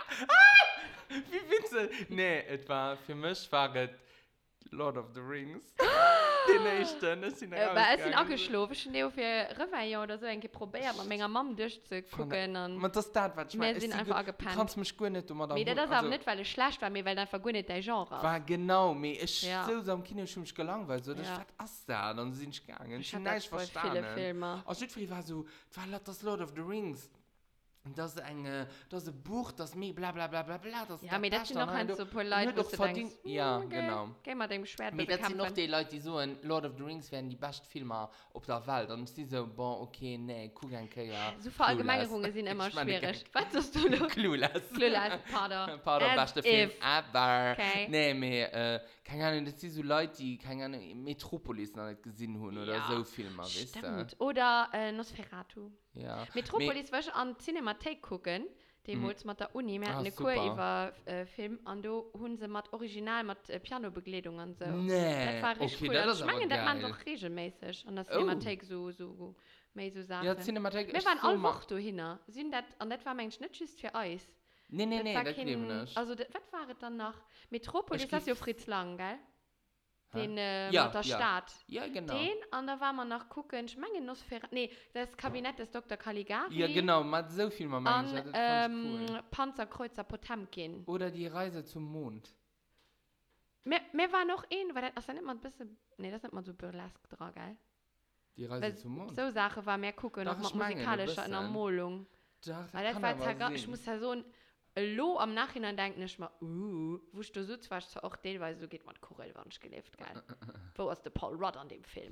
Wie witzig. Nee, etwa für mich war es Lord of the Rings. Den nächsten, das sind Äh, weil es sind auch geschlafen. Ich habe für Reveillon oder so ein probiert, mit meiner Mom durchzugucken. Und Man, das das, was ich wir meine. sind ist einfach gut- gepennt. Du kannst mich gut nicht um Nee, das ist aber nicht, weil es schlecht war, mir, weil einfach gut nicht dein Genre ist. War genau, mir ist Ja. so so am Kino schon mich gelangweilt. So, das Ja. was ist da? Dann sind ich gegangen. Ich Ich habe hab nicht das voll verstanden. viele Filme. Aus Südfried war so, war das Lord of the Rings. Und das ist ein, äh, das ist ein Buch, das mir bla bla bla bla bla. Das, Ja, aber das sind noch ein so paar Leute, wo doch du verdient. denkst, Ja, hm, genau. Geh mal dem Schwert Aber das sind noch bekämpfen. die Leute, die so ein Lord of the Rings werden die besten Filme auf der Welt. Dann ist die so, boah, okay, nee, guck ein ja. So Verallgemeinerungen sind immer Ich meine, schwierig. Was hast du noch? Clueless. Clueless, pardon. Pardon, As beste Film if. ever. Okay. Nee, mir, äh, keine Ahnung, das sind so Leute, die, keine Ahnung, Metropolis noch nicht gesehen haben oder Ja, so Filme, weißt du? Stimmt. Oder äh, Nosferatu. Ja. Metropolis wollte ich an Cinemathek gucken. Den Mhm. wollten wir mit der Uni. Wir Ah, hatten eine super. Kur über äh, Film. Und da haben sie mit Original, mit äh, Piano-Begleitung und so. Nee, Das war richtig okay, cool. das Und ist ich aber meine, das man geil. doch regelmäßig. Und das Oh. Cinemathek so, so, mehr so Sachen. Ja, Cinematik Wir ist waren so alle ma- Woche dahin. Und das, und das war manchmal nicht just für uns. Nee, nee, Das nee, war das kein- glaube ich nicht. Also, das, was war es dann noch? Metropolis, Ich das ist ja gif- Fritz Lang, gell? Hä? Den äh, Ja, mit der ja. Stadt. Ja, genau. Den, und da war man noch gucken, ich meine Nosferatu, nee, das Kabinett des Doktor Caligari. Ja, genau, man hat so viel mal Und manchmal. Das fand ich ähm, cool. Panzerkreuzer Potemkin. Oder die Reise zum Mond. Mir, mir war noch ein, weil das ist ja nicht mal ein bisschen, nee, das ist nicht mal so burlesque dran, gell? Die Reise Weil zum Mond. so Sachen war mehr gucken, Doch, noch ich mal meine, ein musikalischer bisschen. Ermalung. Doch, das Weil das kann war aber jetzt ja gar, ich sehen. muss ja so ein Lo am Nachhinein denken, ich mal, uh, wo du so warst, so auch teilweise so geht man Korell war nicht gelebt, gell? Wo ist der Paul Rudd an dem Film?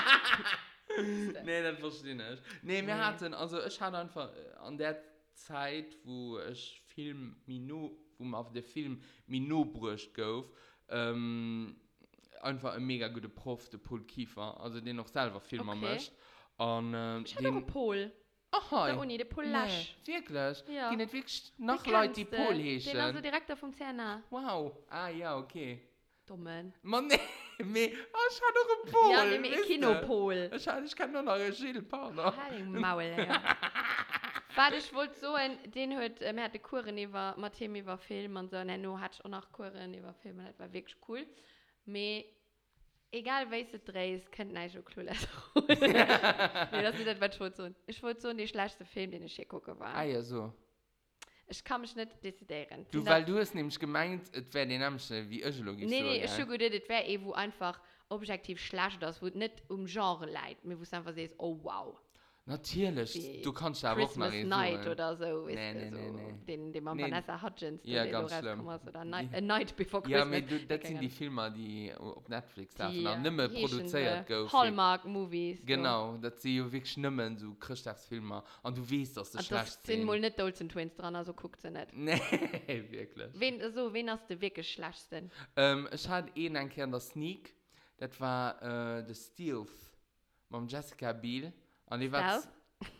Nee, das verstehe ich nicht. Nee, wir Nee. hatten, also ich hatte einfach äh, an der Zeit, wo ich Film Minu, wo man auf der Film Minu brüscht gauf, ähm, einfach ein mega guter Prof, der Paul Kiefer, also den noch selber Filme Okay. möchte. Und ähm, Ich hatte auch einen Pol. aha, Der Uni, der Pol nee, Lasch. wirklich? Ja. Die nicht wirklich noch Den Leute, die kennst du. Paul Den also heißen? direkt auf dem Zehner. Wow, ah ja, okay. Dummen. Man, nee, me, oh, ich habe noch einen Paul. Ja, nee, wisst ihr? Kinopol. Ich, hab- ich kann nur noch einen Gilles-Partner. Halt den Maul, ja. Warte, ich wollte so ein, den hört, äh, wir hatten Kuren über, mit dem über Film und so, und dann hat ich auch noch Kuren über Film, und das war wirklich cool. Aber egal welche Drehs, könnt ihr eigentlich auch Clueless holen. Nee, das ist nicht, was ich wollte so. Ich wollte so, der schlechteste Film, den ich je gucke, war. Ah ja, so. Ich kann mich nicht dezidieren. Du, Sind weil das- du hast nämlich gemeint, es wäre den Amsche, wie ich logisch Nee, so, nee, gell? ich habe gedacht, das wäre eh, wo einfach objektiv schlecht ist, wo es nicht um Genre leid, mir wo es einfach so, oh wow. Natürlich, Wie du kannst ja auch noch Christmas nicht Night so. oder so, weißt Nee, du, nee, so nee, nee. Den, den man Nee. Vanessa Hudgens Ja, den ganz du schlimm. rausgekommen hast, oder Night, Die- A Night Before Ja, Christmas. aber du, das Keine sind die Ahnung. Filme, die auf Netflix Die, laufen, äh, und nicht mehr hießen produziert die gehen. Hallmark-Movies. so. Genau, das sind ja wirklich nicht mehr so Christoph-Filme. Und du weißt, dass das Und schlecht das sind sind. wohl nicht Dolzen Twins dran, also guckt sie nicht. Nee, wirklich. Wen, so, wen hast du wirklich schlechtesten? Ähm, ich hatte einen ein in der Sneak, das war äh, The Stealth mit Jessica Biel. Und die war Stealth?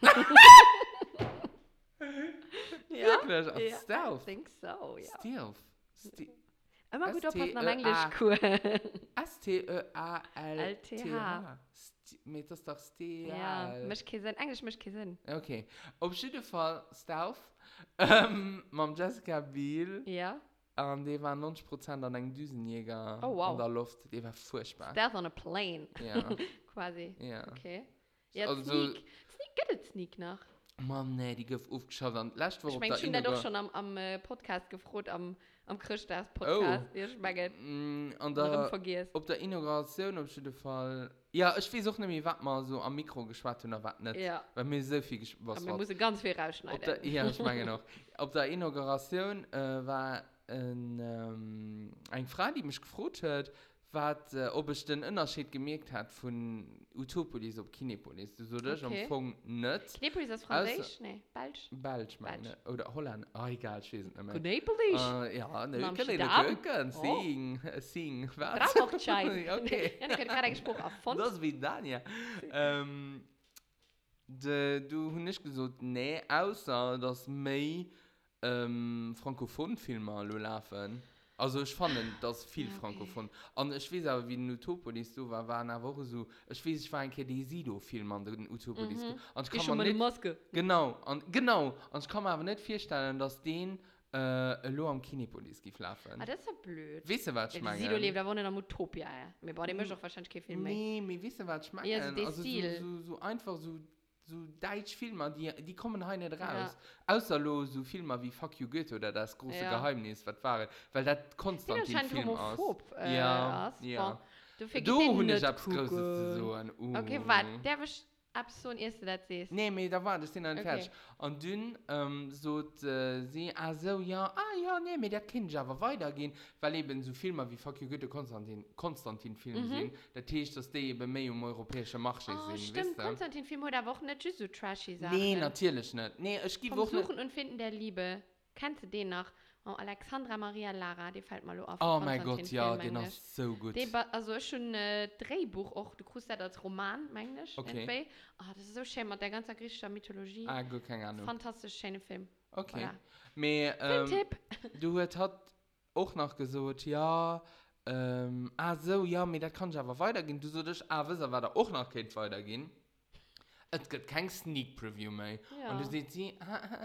Ja, wirklich als ja, Stealth. I think so, ja. Stealth. Ste Immer gut S T aufpassen am E A. Englischkurs. S T Ö A L T L T H. H. Mit das doch Stealth. Ja, mich kein Sinn. Englisch mich kein Sinn. Okay. Auf jeden Fall Stealth. Ähm, mit Jessica Biel. Ja. Und die war neunzig Prozent an einem Düsenjäger Oh, wow. in der Luft. Die war furchtbar. Stealth on a plane. Ja. Quasi. Ja. Okay. Ja, Also- Sneak. Sneak, geht es Sneak noch? Mann, nee, die gibt aufgeschaut. Und letzte Woche Ich auf meine, der schon da Innoga- doch schon am, am äh, Podcast gefroht, am, am Christas Podcast. Oh. Ich meine, Mm, und warum da, vergisst. auf der Inauguration auf jeden Fall. Ja, ich weiß auch nicht mehr, was mal so am Mikro geschwatzt oder was nicht. Ja. Weil mir so viel gesch- was Aber wir war. müssen ganz viel Auf rausschneiden. der, ja, ich meine noch. Auf der Inauguration äh, war ein, ähm, eine Frau, die mich gefragt hat, wat, äh, ob ich den Unterschied gemerkt hat von Utopolis auf Kinepolis. Du so das am Okay. Anfang nicht. Knepolis ist Französisch? Nee, Belgisch. Belgisch meine. Oder Holland. Ah, egal, ich weiß es nicht mehr. Knepolis? Äh, ja, ne, Nam ich kann nicht Amsterdam? gucken. Oh. Sing, äh, sing. Braucht auch Chai. Okay. Ja, ich habe gerade gesprochen. Auf Fond. Das ist wie Dania. ähm, de, du hast nicht gesagt, nee, außer dass mehr ähm, Frankophon-Filme laufen. Also ich fand, dass viel Ja, okay. Frankophon. Und ich weiß aber, wie in Utopolis du war, war eine Woche so, ich weiß, ich war ein paar die Sido-Film an den Utopolis. Mhm. Und ich Ich kann schon mir mal eine nicht, Maske. genau, und, genau, und ich kann mir aber nicht vorstellen, dass den äh, lo am Kinepolis laufen. Ah, das ist ja blöd. Weißt du, was ich meine? Sido lebt, da wohnen in Utopia. Ja. Wir brauchen immer doch wahrscheinlich keinen Film mehr. Nee, mir wissen, was ich meine. Ja, so der also Stil. So, so, so einfach so, so deutsche Filme, die, die kommen halt nicht raus. Ja. Außer lo, so Filme wie Fuck You Goethe oder Das große Ja. Geheimnis, was war. Weil das Den Konstantin anscheinend Film aus. homophob. Äh, Ja, aus. ja. Bon. Du, Du, du und ich nicht hab's Großes zu gucken. sagen. Uh. Okay, warte. Der wird ab so ein erster, das siehst. Nee, nee, da war das den dann Okay. fertig. Und dann ähm, so äh, sie, also ja, ah ja, nee, mir das kann ja aber weitergehen, weil eben so Filme wie Fuck You Goethe Konstantin, Konstantin Film Mhm. sind, der Tisch, dass die eben mehr um europäische Macht Oh, sind, stimmt. weißt du? Konstantin Film hat aber auch nicht so trashy Sachen. Nee, natürlich nicht. Nee, ich gebe Vom auch nicht. Suchen und Finden der Liebe. Kennst du den noch? Oh, Alexandra Maria Lara, die fällt mal auf. Oh mein Gott, ja, den ist so gut. Die ba- also ist schon ein äh, Drehbuch auch, du kriegst das als Roman, Englisch. Okay. Oh, das ist so schön mit der ganzen griechischen Mythologie. Ah, gut, keine Ahnung. Fantastisch schöner Film. Okay. Voilà. Me, ähm, Filmtipp. du hat hat auch noch gesagt, ja, ähm, ah so, ja, mir das kann ich aber weitergehen. Du solltest, ah, wissen wir, da auch noch geht weitergehen. Es gibt kein Sneak Preview mehr. Ja. Und du siehst sie,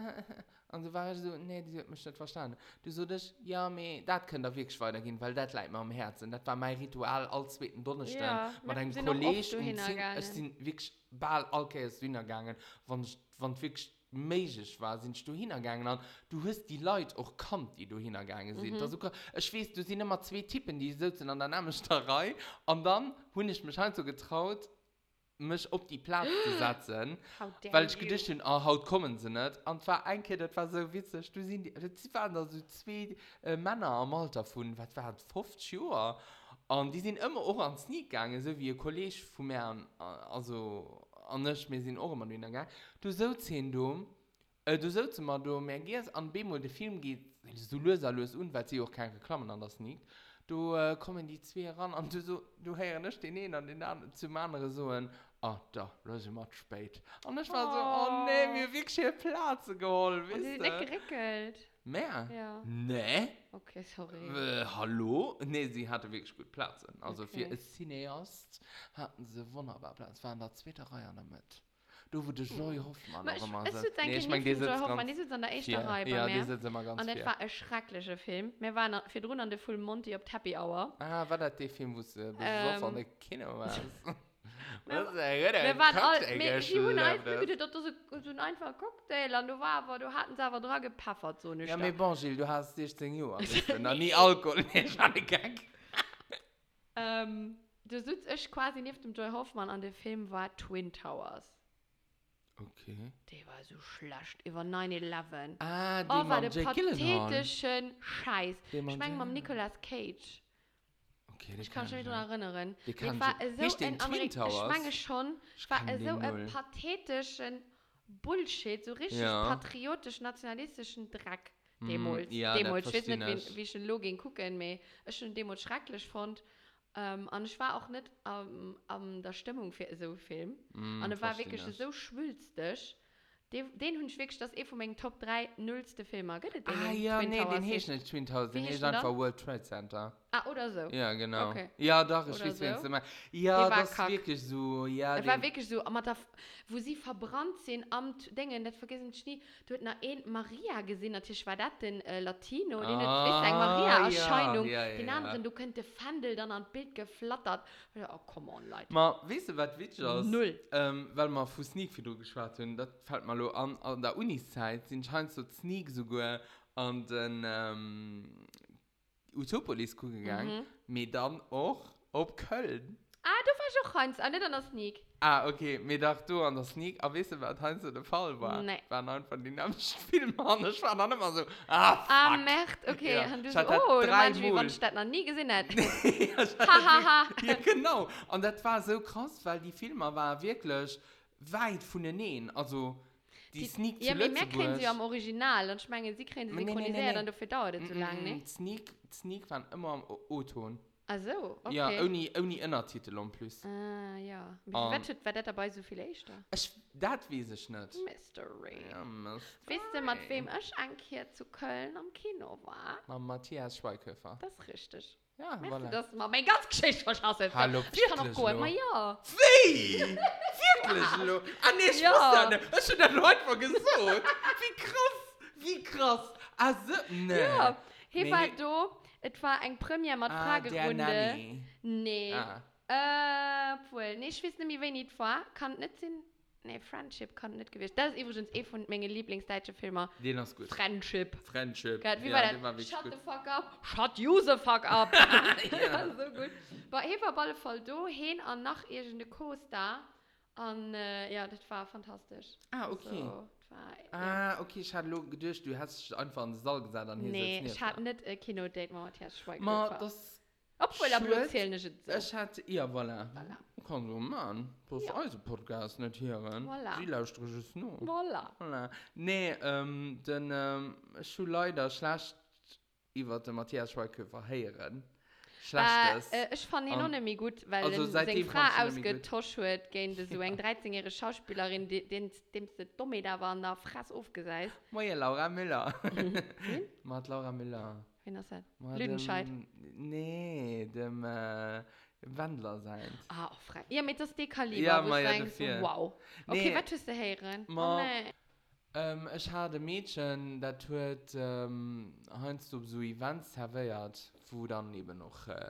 und so war ich so, nee, die hat mich nicht verstanden. Du solltest, ja, mir, das kann da wirklich weitergehen, weil das liegt mir am Herzen. Das war mein Ritual als zweiten Donnerstag. Ja, mit einem wir sind auch oft Kollege so und zehn, hingegangen. es sind wirklich bald alle hingegangen, wenn es wirklich magisch war, sind du hingegangen und du hast die Leute auch kannt, die du hingegangen sind. Mhm. Also, ich weiß, du sind immer zwei Typen, die sitzen an der Namensterei und dann habe ich mich halt so getraut, mich auf die Platz zu setzen, How dare weil ich you. gedacht habe, ah, heute kommen sie nicht. Und zwar ein Kind, das war so witzig, du sind, das waren da so zwei äh, Männer am Alter von, was war das, fünfzig Jahre. Und die sind immer auch an Sneak gegangen, so wie ein Kollege von mir, äh, also, und ich, wir sind auch immer hingegangen. Du sollst hin, du, äh, du sollst immer, du, mehr gehst an B-Mal, der Film geht, du löst alles und, weil sie auch keine Klammern an der Sneak. Du äh, kommen die zwei ran und du so, du hörst nicht den einen und den anderen zum anderen so ein, ah, da, das ist mal zu spät. Und ich war so, oh nee, mir wirklich hier Platz geholt, Und die sind wisst ihr? weggerickelt. Mehr? Ja. Nee? Okay, sorry. Äh, hallo? Nee, sie hatte wirklich gut Platz. Also Okay. für ein Cineast hatten sie wunderbar Platz. Waren da zweite Reihe damit. Du, wo der Joy Hoffmann Aber auch ich, immer es sitzt. wird sein, Nee, ich ich meine, die Joy sitzt Hoffmann, die ganz sitzt an der ersten vier. Reihe bei Ja, mir. die sitzt immer ganz Und das vier. war ein schrecklicher Film. Wir waren für drunter an der Full Monty auf Happy Hour. Ah, war das der Film, wo du Ähm. besoffen im Kino warst? Wir- Was ist denn? Wir waren alle, Cocktail wir, die haben einfach geschleppt. gedacht, das ist so ein einfacher Cocktail und du war aber, du hatten es aber dran gepaffert, so nicht. Ja, aber bon, Gilles, du hast sechzehn Jahre. Ich bin noch nie Alkohol. Nee, ich war nicht Gag. ähm, du sitzt echt quasi neben dem Joy Hoffmann an dem Film war Twin Towers. Okay. Der war so schlecht, über nine eleven. Ah, die Oh, war war der Jake Gyllenhaal. pathetischen Scheiß. Den Ich man meine, mit sehen. Nicolas Cage. Okay, das Ich kann mich nicht daran erinnern. Die Der kann war ich- so Nicht den ein Twin Amerik- Ich Towers? meine schon, Ich war kann so den ein null. pathetischen Bullshit, so richtig Ja. patriotisch-nationalistischen Dreck. Mm, Demos. ja, Demos. das Ich weiß nicht, verstehe wie, wie ich schon Login gucken, aber ich schon Demos schrecklich fand. Um, und ich war auch nicht um, um der Stimmung für so einen Film. Mm, Und es war verstehe wirklich ich. so schwülstig. Den, den habe ich wirklich, das ist eh von meinen Top drei nullste Filme. Geht das Ah den ja, Twin nee, Towers den ist? heißt nicht Twin Towers, den Wie heißt heißt der einfach dann? World Trade Center. Ah, oder so. Ja, genau. Okay. Ja, doch, ich Oder weiß, wen so. du meinst. Ja, Der war das ist kack. wirklich so, ja. Es war den- wirklich so, aber da, wo sie verbrannt sind am T- Dingen, das vergessen ich nie, du hast noch ein Maria gesehen, natürlich war das den äh, Latino, den Ah, ist eine Maria-Erscheinung, ja, ja, den ja. anderen, du könntest Fandel dann an das Bild geflattert. Ja, oh, come on, Leute. Ma, weißt du, was witzig ist? Null. Ähm, weil wir von Sneak Video geschwärzt haben, das fällt mir lo an, an der Unizeit sind scheint so Sneak sogar an den ähm, Utopolis gegangen, Mhm. mir dann auch auf Köln. Ah, du warst auch Heinz, ah, nicht an der Sneak. Ah, okay, mir dachte du an der Sneak, aber weißt du, was Heinz so der Fall war? Nee. War ein von den dynamischen Filmen und ich war dann immer so, ah, fuck. Ah, merkt, okay. Ja, Und du ich so, hatte das oh, du drei meinst, wie Mal. man das noch nie gesehen hat. Ja, ich hatte Hahaha. ja, genau. Und das war so krass, weil die Filme waren wirklich weit von den Nähen. Also, die, die Sneak Ja, zu mir mehr kriegen Lützeburg- sie am Original. Und ich meine, sie kriegen sie Nee, nee, nee, synchronisiert nee. und dafür dauert es so lange, ne? Mm, Sneak, Sneak waren immer am O- O-Ton. Ach so, okay. Ja, ohne, ohne Innertitel und plus. Ah, ja. Wie Um, viel wird das dabei so viel echt? Ich, das weiß ich nicht. Mystery. Ja, Mystery. Wisst ihr, mit wem ich einkehr zu Köln am Kino war? Mit Matthias Schweighöfer. Das ist richtig. Ja, Merci, voilà. dass mal meine ganze Geschichte verschossen. Hallo, Ich kann auch wirklich, gut, Lo? aber ja. Wie? Wirklich, Lo? Ah, nee, ich Ja. wusste nicht. Hast du das heute mal gesagt? Wie krass. Wie krass. Also, nee. Ja. Hier Nee, war nee. du, es war ein Premiere mit Ah, der Fragerunde. Nanny. Nee. Ah. Äh, wohl. Nee, ich weiß nicht mehr, wen ich war. Kann nicht sein. Nee, Friendship kann nicht gewesen. Das ist übrigens eh von meinen Lieblingsdeutschen Filmen. Den ist gut. Friendship. Friendship. Gott, wie ja, war der war das? wirklich Shut the gut. fuck up. Shut you the fuck up. Ja. So gut. Aber hier war alle voll da, hin und nach irgendeine Coaster. Und äh, ja, das war fantastisch. Ah, okay. So, das war, ja. Ah, okay, ich hatte lo gedacht, du hast einfach in den Saal gesagt, dann hier Nee, sitzt ich hatte nicht ein Kino-Date mit Matthias Ma, Schweighöfer. das... Obwohl, er Schuld. bloß zählen nicht so. Ich hatte... Ja, voilà. Voilà. Kann so, Mann. Du hast Ja. also Podcast nicht hören. Voilà. Sie lauscht es nur. Voilà. Voilà. Nee, ähm, dann, ähm, ich habe leider schlecht über den Matthias Schweighöfer hören. Schlechtes. Äh, äh, ich fand ihn Und- noch nicht mehr gut, weil Also also seitdem seine Frau fandst du ihn nicht mehr gut? ausgetauscht wird gegen so eine dreizehnjährige Schauspielerin, die, den, dem sie dumme da war und da Fraß aufgesetzt. Moje Laura Müller. Wen? Mit Laura Müller. Wen ist das? Mit Lüdenscheid. dem- Nee, dem äh, Wandler sein. Ah, oh, frei. Ja, mit das D-Kaliber. Ja, wo du ma ja, denkst, dafür. wow. Okay, Nee. was tust du hören? Ma- Oh, nee. Ähm, ich hatte ein Mädchen, das hat ähm, Heinz auf so Events serviert, wo dann eben noch äh,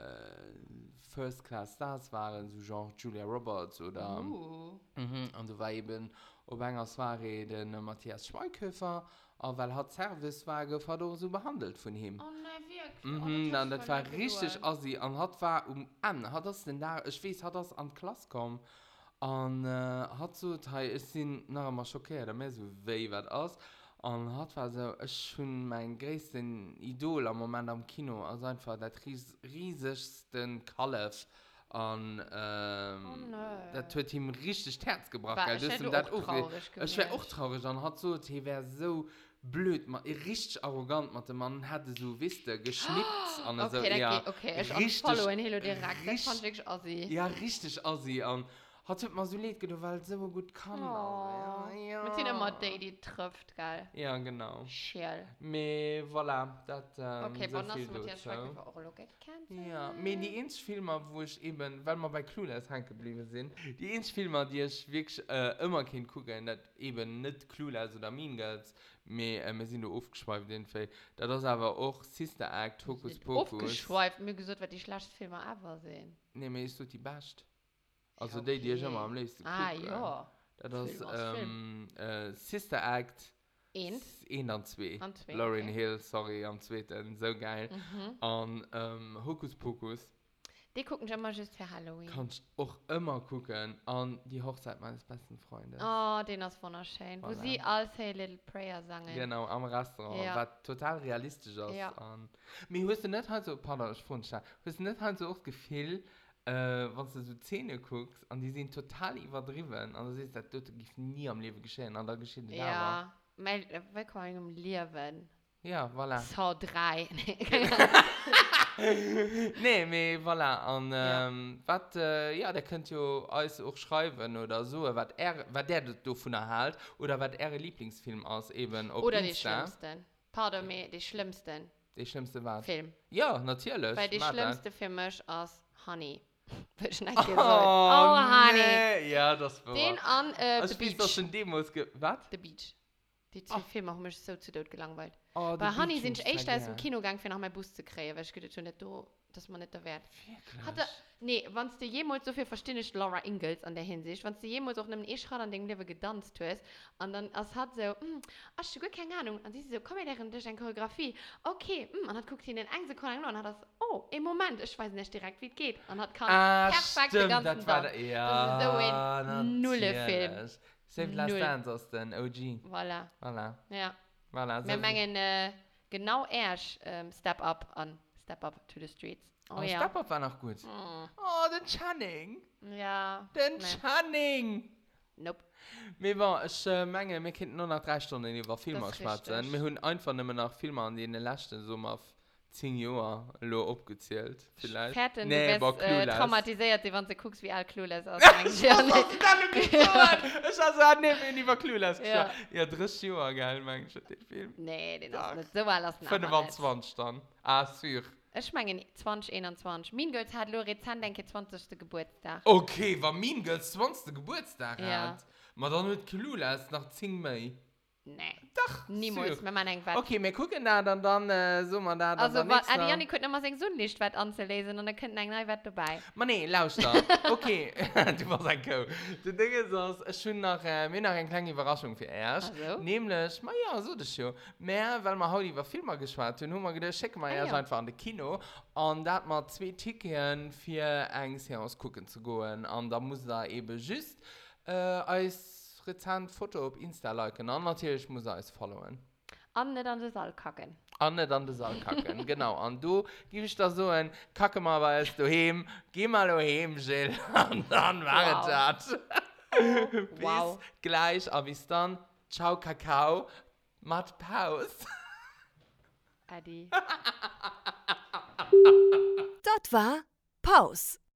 First Class Stars waren, so genre Julia Roberts oder. Uh. Mhm, und da war eben auf einer Soiree den äh, Matthias Schweighöfer, aber weil er Service war, hat er so behandelt von ihm. Oh, nein, wirklich. Mhm, oh, dann, das war voll richtig gut. assi. Und hat war um an, hat das denn da, ich weiß, hat das an die Klasse gekommen. Und äh, hat so, hey, ich bin noch einmal schockiert, mir so weh was aus. Und hat war so, ich schon mein größten Idol am Moment am Kino, also einfach das ries riesigsten Kalef. Und ähm, Oh, nein. das hat ihm richtig das Herz gebracht. War- gell, ich das hätte ihm das auch auch traurig Ich wäre auch gewesen. traurig und hat so, er wäre so blöd, man, richtig arrogant mit dem Mann, hatte so, wisst ihr, geschnippt. Und Okay, so, dann ja, geht, okay, ich richtig- unfollow in Hello direkt. Das richtig- fand ich wirklich assi. ja, richtig assi. Und hat halt mal so leid gedacht, weil er so gut kann. Oh. aber ja, ja. Mit sind immer die, die trifft, geil. Ja, genau. Schell. Me, voilà, das ähm, Okay, so wann hast viel du Matthias dazu. Schweighöfer auch noch gekannt? Ja, mir die einzigen Filme, wo ich eben, weil wir bei Clueless hängen geblieben sind, die einzigen Filme, die ich wirklich äh, immer kann gucken, das eben nicht Clueless oder Mean Girls, mir, äh, wir sind nur aufgeschweift, den Fall. Das ist aber auch Sister Act, Hokus Pokus. Aufgeschweift, mir gesagt, was die schlechtesten Filme ever sehen. Nee, mir ist so die beste. Also Ja, die, die ich okay. immer am liebsten Ah, gucke. ja. Das ist Film aus ähm, äh, Sister Act. Und? Ein und zwei. Und zwei, Lauryn okay. Hill, sorry, am zweiten. So geil. Mhm. Und ähm, Hokus Pokus. Die gucken schon mal just für Halloween. Kannst auch immer gucken. Und die Hochzeit meines besten Freundes. Oh, den ist wunderschön. Wo Voilà. sie All Say Little Prayer sangen. Genau, am Restaurant. Ja. Was total realistisch ist. Ja. Und mir hast du nicht halt so, pardon, ich fand schon, hast du nicht halt so auch das Gefühl, äh, wenn du so Zähne guckst und die sind total übertrieben und du siehst, das dort gibt nie am Leben geschehen und da geschieht nicht. Ja. Weil, wir kommen im Leben. Ja, voilà. So drei. Nee, me, voilà. Und Ja. ähm, was, äh, ja, der könnt ihr alles auch schreiben oder so, was er, was der davon erhält oder was er Lieblingsfilm aus eben auf Oder die Insta. schlimmsten. Pardon me, die schlimmsten Die schlimmste war. Film. Ja, natürlich. Weil die Mach das. schlimmste für mich ist Honey. Würde ich nicht Oh, gesagt. Oh, Honey. nee. Ja, das war. Den an äh, The Ich weiß, dass Beach. in Demos ge... Was? The Beach. Die zwei Ah. Filme haben mich so zu Tod gelangweilt. Oh, Bei der Honey Beach sind ich ist echt sehr aus dem geil. Kino gegangen, für nach meinem Bus zu kriegen, weil ich gedacht schon nicht, da- dass man nicht da wert. Wirklich? Hatte, nee, wenn du jemals so viel verstehst, Laura Ingalls an der Hinsicht, wenn du jemals auch einem ich gerade an dem Leben getanzt hast, und dann es hat so, hm, hast du gut keine Ahnung, und sie so, komm her, lernen durch eine Choreografie. Okay, hm, und dann guckt sie in den eine Sekunde an und hat das, oh, im Moment, ich weiß nicht direkt, wie es geht. Und hat kann Ah, perfekt den stimmt, ganzen das war Tag. der, ja, Das ist so ein Nulle-Film. natürlich. Save Last Null. Dance aus den O G. Voilà, Voilà, ja. voilà. Wir so- mengen äh, genau erst ähm, Step Up an Step Up to the Streets. Oh, Oh, ja. Step Up war noch gut. Mm. Oh, den Channing. Ja. Den Nee. Channing. Nope. Wir waren, ich äh, meine, wir könnten nur noch drei Stunden über Filme Das ist schwatzen. richtig. Wir haben einfach nicht mehr nach Filmen, die in den letzten Sommer auf zehn Jahren lo abgezählt. Vielleicht. Fertig, Nee, du aber bist äh, Clueless. traumatisiert, wenn du guckst, wie alt Clueless aussieht. Ich habe so neben über Clueless Ja. geschaut. Ja, dreißig Jahre, geil, mein ich, den Film. Nee, den Ach. ist nicht so alt. als ein fünfundzwanzig dann. Ah, sûr. Ich meine zwanzig einundzwanzig. Mein Girls hat Lorizan, denke ich, zwanzigsten Geburtstag. Okay, war mein Girls zwanzigsten Geburtstag Ja. hat. Aber dann mit Clueless nach zehn Mai. Nee. Doch, Niemals, sûr. wenn man irgendwas. Okay, wir gucken da dann, dann äh, so mal da. Dann, Also, dann was, nächstes Mal. Adiani könnte noch mal sagen, so nicht was anzulesen und dann könnten ein neues was dabei. Man nee, lausch da. Okay, du warst ein Co. Das Ding ist, dass ich schon noch, äh, mir noch eine kleine Überraschung für erst. Also? Nämlich, ma ja, so das schon. Mehr, weil wir heute über Filme geschwärzt haben, haben wir gedacht, schicken wir Ah, erst ja. einfach an das Kino. Und da hat man zwei Tickets für eine Seance gucken zu gehen. Und da muss er eben just äh, als Rezent Foto auf Insta liken. Und natürlich muss er es followen. Und nicht an den Saal kacken. Und nicht an den Saal kacken, genau. Und du gibst da so ein Kacke mal bei uns daheim, geh mal daheim, Jill. Und dann war Wow. es das. Bis Wow. gleich, aber bis dann. Ciao, Kakao. Matt Pause. Adi. Das war Pause.